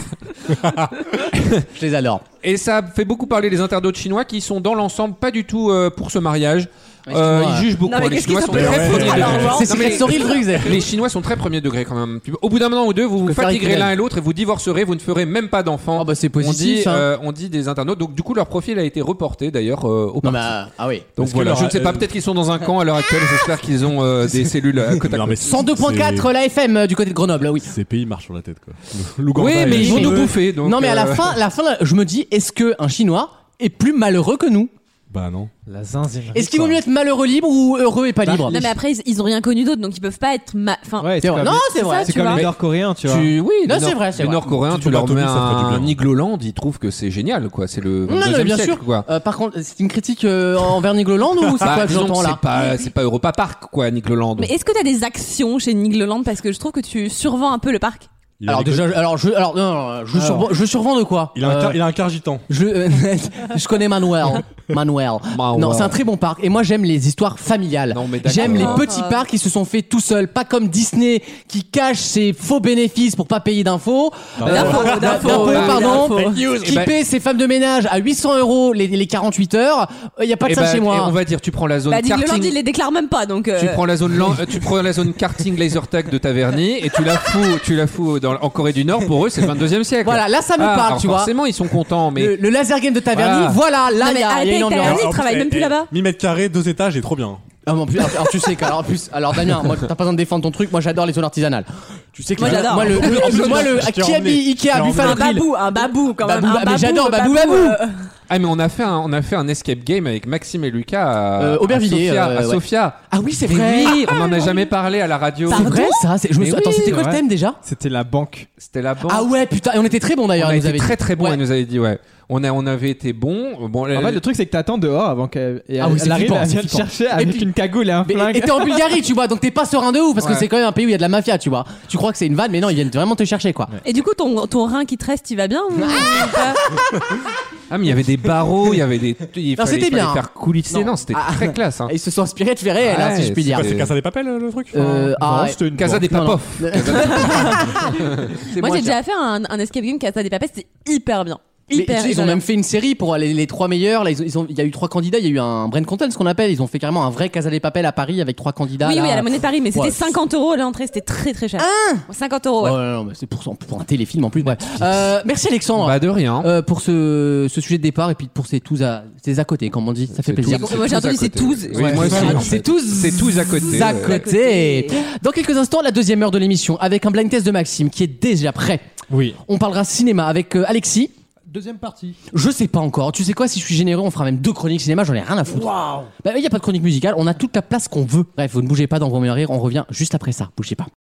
S2: rire. Je les adore.
S5: Et ça fait beaucoup parler les internautes chinois qui sont dans l'ensemble pas du tout euh, pour ce mariage.
S2: Ouais,
S5: Euh,
S2: Chinois,
S5: ils jugent beaucoup.
S4: Non, mais
S5: hein. Les
S4: qu'est-ce
S5: Chinois
S4: que
S5: sont
S4: ça peut
S5: très
S3: faire
S5: premier
S3: Alors,
S5: degré.
S3: genre,
S2: C'est
S5: Non,
S2: Secret
S5: mais
S2: Story le truc. c'est-
S5: les Chinois sont très premier degré quand même. Au bout d'un moment ou deux, vous vous
S2: préfère
S5: fatiguerez
S2: écrire.
S5: l'un et l'autre et vous divorcerez, vous ne ferez même pas d'enfants.
S2: Ah bah c'est
S5: on dit,
S2: positif. hein.
S5: euh, on dit des internautes. Donc du coup, leur profil a été reporté d'ailleurs euh, au
S2: Non
S5: parti.
S2: mais ah ah oui.
S5: Donc
S3: Est-ce que
S5: voilà,
S3: leur-
S5: je ne sais pas,
S3: euh,
S5: peut-être qu'ils sont dans un camp à l'heure actuelle. J'espère qu'ils ont euh, des cellules à côte à
S3: Non,
S5: côte.
S3: mais
S2: cent deux point quatre la F M euh, du côté de Grenoble, oui.
S3: Ces pays marchent sur la tête, quoi. Le- l'Ouganda
S5: Oui,
S3: et
S5: mais
S3: les
S5: ils vont
S3: Chinois.
S5: nous bouffer. Donc,
S2: Non mais à la
S5: euh,
S2: fin, la fin, je me dis, est-ce que un Chinois est plus malheureux que nous?
S3: Bah non.
S6: La zinzinerie.
S2: Est-ce qu'il vaut
S6: quoi.
S2: mieux être malheureux libre ou heureux et pas libre?
S4: Non mais après ils, ils ont rien connu d'autre donc ils peuvent pas être ma... enfin
S6: Ouais,
S2: C'est
S6: c'est
S2: vrai.
S6: comme,
S2: Non,
S6: les-
S2: c'est vrai.
S6: c'est
S4: tu
S6: comme
S4: vois.
S6: les Nord-Coréens, tu vois.
S5: Tu... Oui,
S2: Non,
S5: les
S2: c'est
S5: Nord-
S2: vrai, c'est
S5: les
S2: vrai.
S5: Nord-Coréens,
S3: Petite
S5: tu leur
S3: Tommy,
S5: mets
S3: ça ferait du
S5: un
S3: bien.
S5: Nigloland, ils trouvent que c'est génial, quoi. C'est le
S2: Non, non, mais
S5: vingt-deuxième
S2: bien
S5: siècle,
S2: sûr.
S5: quoi.
S2: Euh, par contre, c'est une critique euh, envers Nigloland ou c'est
S5: Bah,
S2: quoi que
S5: disons
S2: j'entends
S5: que
S2: là?
S5: c'est pas, c'est pas Europa Park, quoi, Nigloland.
S4: Mais est-ce que t'as des actions chez Nigloland parce que je trouve que tu survends un peu le parc.
S3: Il a
S2: Alors
S3: des
S2: déjà,
S3: co-
S2: je- alors je, alors non, non, non, je,
S6: Alors.
S2: survends, je survends de quoi?
S3: il a un
S2: Euh,
S3: car- il a un car gitan.
S2: Je, euh, je connais Manuel. Manuel.
S5: Manuel.
S2: Non, c'est un très bon parc. Et moi, j'aime les histoires familiales.
S5: Non, mais d'accord.
S2: J'aime les
S4: Oh.
S2: petits parcs qui se sont faits tout seuls. Pas comme Disney qui cache ses faux bénéfices pour pas payer d'impôts.
S3: Non.
S4: D'infos,
S2: d'a-
S4: d'infos,
S2: d'impôts,
S4: ouais,
S2: pardon.
S4: d'infos.
S2: Qui
S5: Eh ben-
S2: paie ses femmes de ménage à huit cents euros les, les quarante-huit heures. Il y a pas de
S5: Eh
S2: ça
S5: ben,
S2: chez
S5: et
S2: moi.
S5: on va dire, tu prends la zone
S4: Bah Nigloland
S5: karting.
S4: il les déclare même pas donc. euh,
S5: Tu prends la zone, lan- euh, tu prends la zone karting laser tag de Taverny et tu la fous, tu la fous dans, en Corée du Nord. Pour eux, c'est le vingt-deuxième siècle.
S2: Voilà, là, ça me
S5: Ah,
S2: parle,
S5: alors
S2: tu vois.
S5: Forcément, ils sont contents, mais
S2: Le, le laser game de Taverny,
S5: Voilà.
S2: voilà, là,
S4: Non,
S2: il
S4: mais
S2: y a, il y a
S4: arrêtez
S2: une
S4: avec
S2: ambiance.
S4: Taverny, ils
S3: En plus,
S4: travaillent
S3: eh,
S4: même plus
S3: eh,
S4: là-bas.
S3: mille mètres carrés, deux étages et trop bien.
S2: Ah, bon, en plus, alors tu sais qu'alors en plus, alors Damien, moi t'as pas besoin de défendre ton truc, moi j'adore les zones artisanales. Tu sais que
S4: Moi,
S2: les-
S4: j'adore.
S2: moi le, le- moi le
S3: Je t'ai
S2: qui
S3: emmené.
S2: habille
S3: Je
S2: Ikea
S3: t'ai
S2: Buffalo
S4: Un
S2: Grill.
S4: babou, un babou quand même.
S2: Babou,
S4: un
S2: ah, mais j'adore,
S4: le
S2: babou, babou.
S4: euh,
S5: ah mais on a fait un, on a fait un escape game avec Maxime et Lucas à,
S2: Euh, Aubervilliers,
S5: à Sofia.
S2: euh,
S5: à
S2: ouais.
S5: Sofia.
S2: Ah oui, c'est
S5: Mais
S2: vrai.
S5: oui, on en a jamais parlé à la radio.
S2: C'est vrai ça. c'est- Je me
S5: Mais
S2: suis...
S5: oui,
S2: Attends, c'était
S6: c'est
S2: quoi le
S6: vrai.
S2: thème déjà?
S6: C'était la banque.
S5: C'était la banque.
S2: Ah ouais, putain, et on était très bons
S5: on
S2: d'ailleurs.
S5: a
S2: elle nous
S5: été
S2: avait
S5: très
S2: dit.
S5: très bon.
S2: Ouais.
S5: Elle nous avait dit ouais. On a on avait été bon. Bon.
S6: En fait, le truc, c'est que t'attends dehors avant qu'elle. Et
S2: Ah
S6: elle,
S2: oui, c'est
S6: elle arrive,
S2: flippant,
S6: elle
S2: c'est
S6: vient te
S2: flippant.
S6: chercher avec
S2: puis-
S6: une cagoule et un
S2: Mais-
S6: flingue.
S2: Et t'es en Bulgarie, tu vois, donc t'es pas serein de ouf parce que
S5: Ouais.
S2: c'est quand même un pays où il y a de la mafia, tu vois. Tu crois que c'est une vanne, mais non, ils viennent vraiment te chercher quoi.
S4: Et du coup ton ton rein qui te reste il va bien ou ou pas
S5: ah mais il y avait des barreaux, il y avait des. Il
S2: Non,
S5: fallait,
S2: c'était
S5: il fallait
S2: bien.
S5: faire coulisser.
S2: Non.
S5: Non, c'était
S2: Ah.
S5: très classe. Hein.
S2: Et ils se sont inspirés de faits réels, hein,
S5: Ouais,
S2: si je puis dire.
S3: Quoi, c'est
S5: Euh,
S3: Casa des Papel le truc
S2: Euh,
S3: Enfin,
S2: ah,
S3: non, c'était une
S5: Casa
S3: banque.
S5: des
S2: Non, non.
S5: Papov.
S2: C'est
S4: Moi
S2: moins
S4: j'ai
S2: cher.
S4: déjà fait un, un escape game Casa des Papel, c'était hyper bien.
S2: Mais tu
S4: Hyper.
S2: sais, ils ont
S4: hyper
S2: même
S4: bien.
S2: fait une série pour les, les trois meilleurs. Là, ils ont, ils ont- il y a eu trois candidats. Il y a eu un brain contest, ce qu'on appelle. Ils ont fait carrément un vrai Casa des Papel à Paris avec trois candidats.
S4: Oui
S2: là.
S4: oui à la Monnaie de Paris mais c'était
S2: Ouais.
S4: cinquante euros l'entrée c'était très très cher. cinquante euros.
S2: Ouais,
S4: Ouais.
S2: ouais, non, mais c'est pour, pour un téléfilm en plus. Bref. Euh, merci Alexandre
S5: Bah de rien.
S2: euh, pour ce, ce sujet de départ et puis pour ces tous à, ces à côté, comme on dit. Ça fait
S5: C'est
S2: plaisir.
S5: tous-
S4: Moi, j'ai
S5: tous
S4: entendu
S5: à
S4: c'est
S5: côté.
S4: tous.
S5: Oui,
S2: Ouais,
S5: moi aussi.
S2: c'est-
S5: en
S2: c'est
S5: fait.
S2: tous
S5: C'est tous à côté.
S2: à
S5: ouais.
S2: côté. Dans quelques instants, la deuxième heure de l'émission avec un blind test de Maxime qui est déjà prêt.
S6: Oui.
S2: On parlera cinéma avec euh, Alexis.
S7: Deuxième partie.
S2: Je sais pas encore. Tu sais quoi, si je suis généreux, on fera même deux chroniques cinéma, j'en ai rien à foutre. Bah, il y a pas de chronique musicale, on a toute la place qu'on veut. Bref, vous ne bougez pas dans vos meilleurs rires, on revient juste après ça. Bougez pas.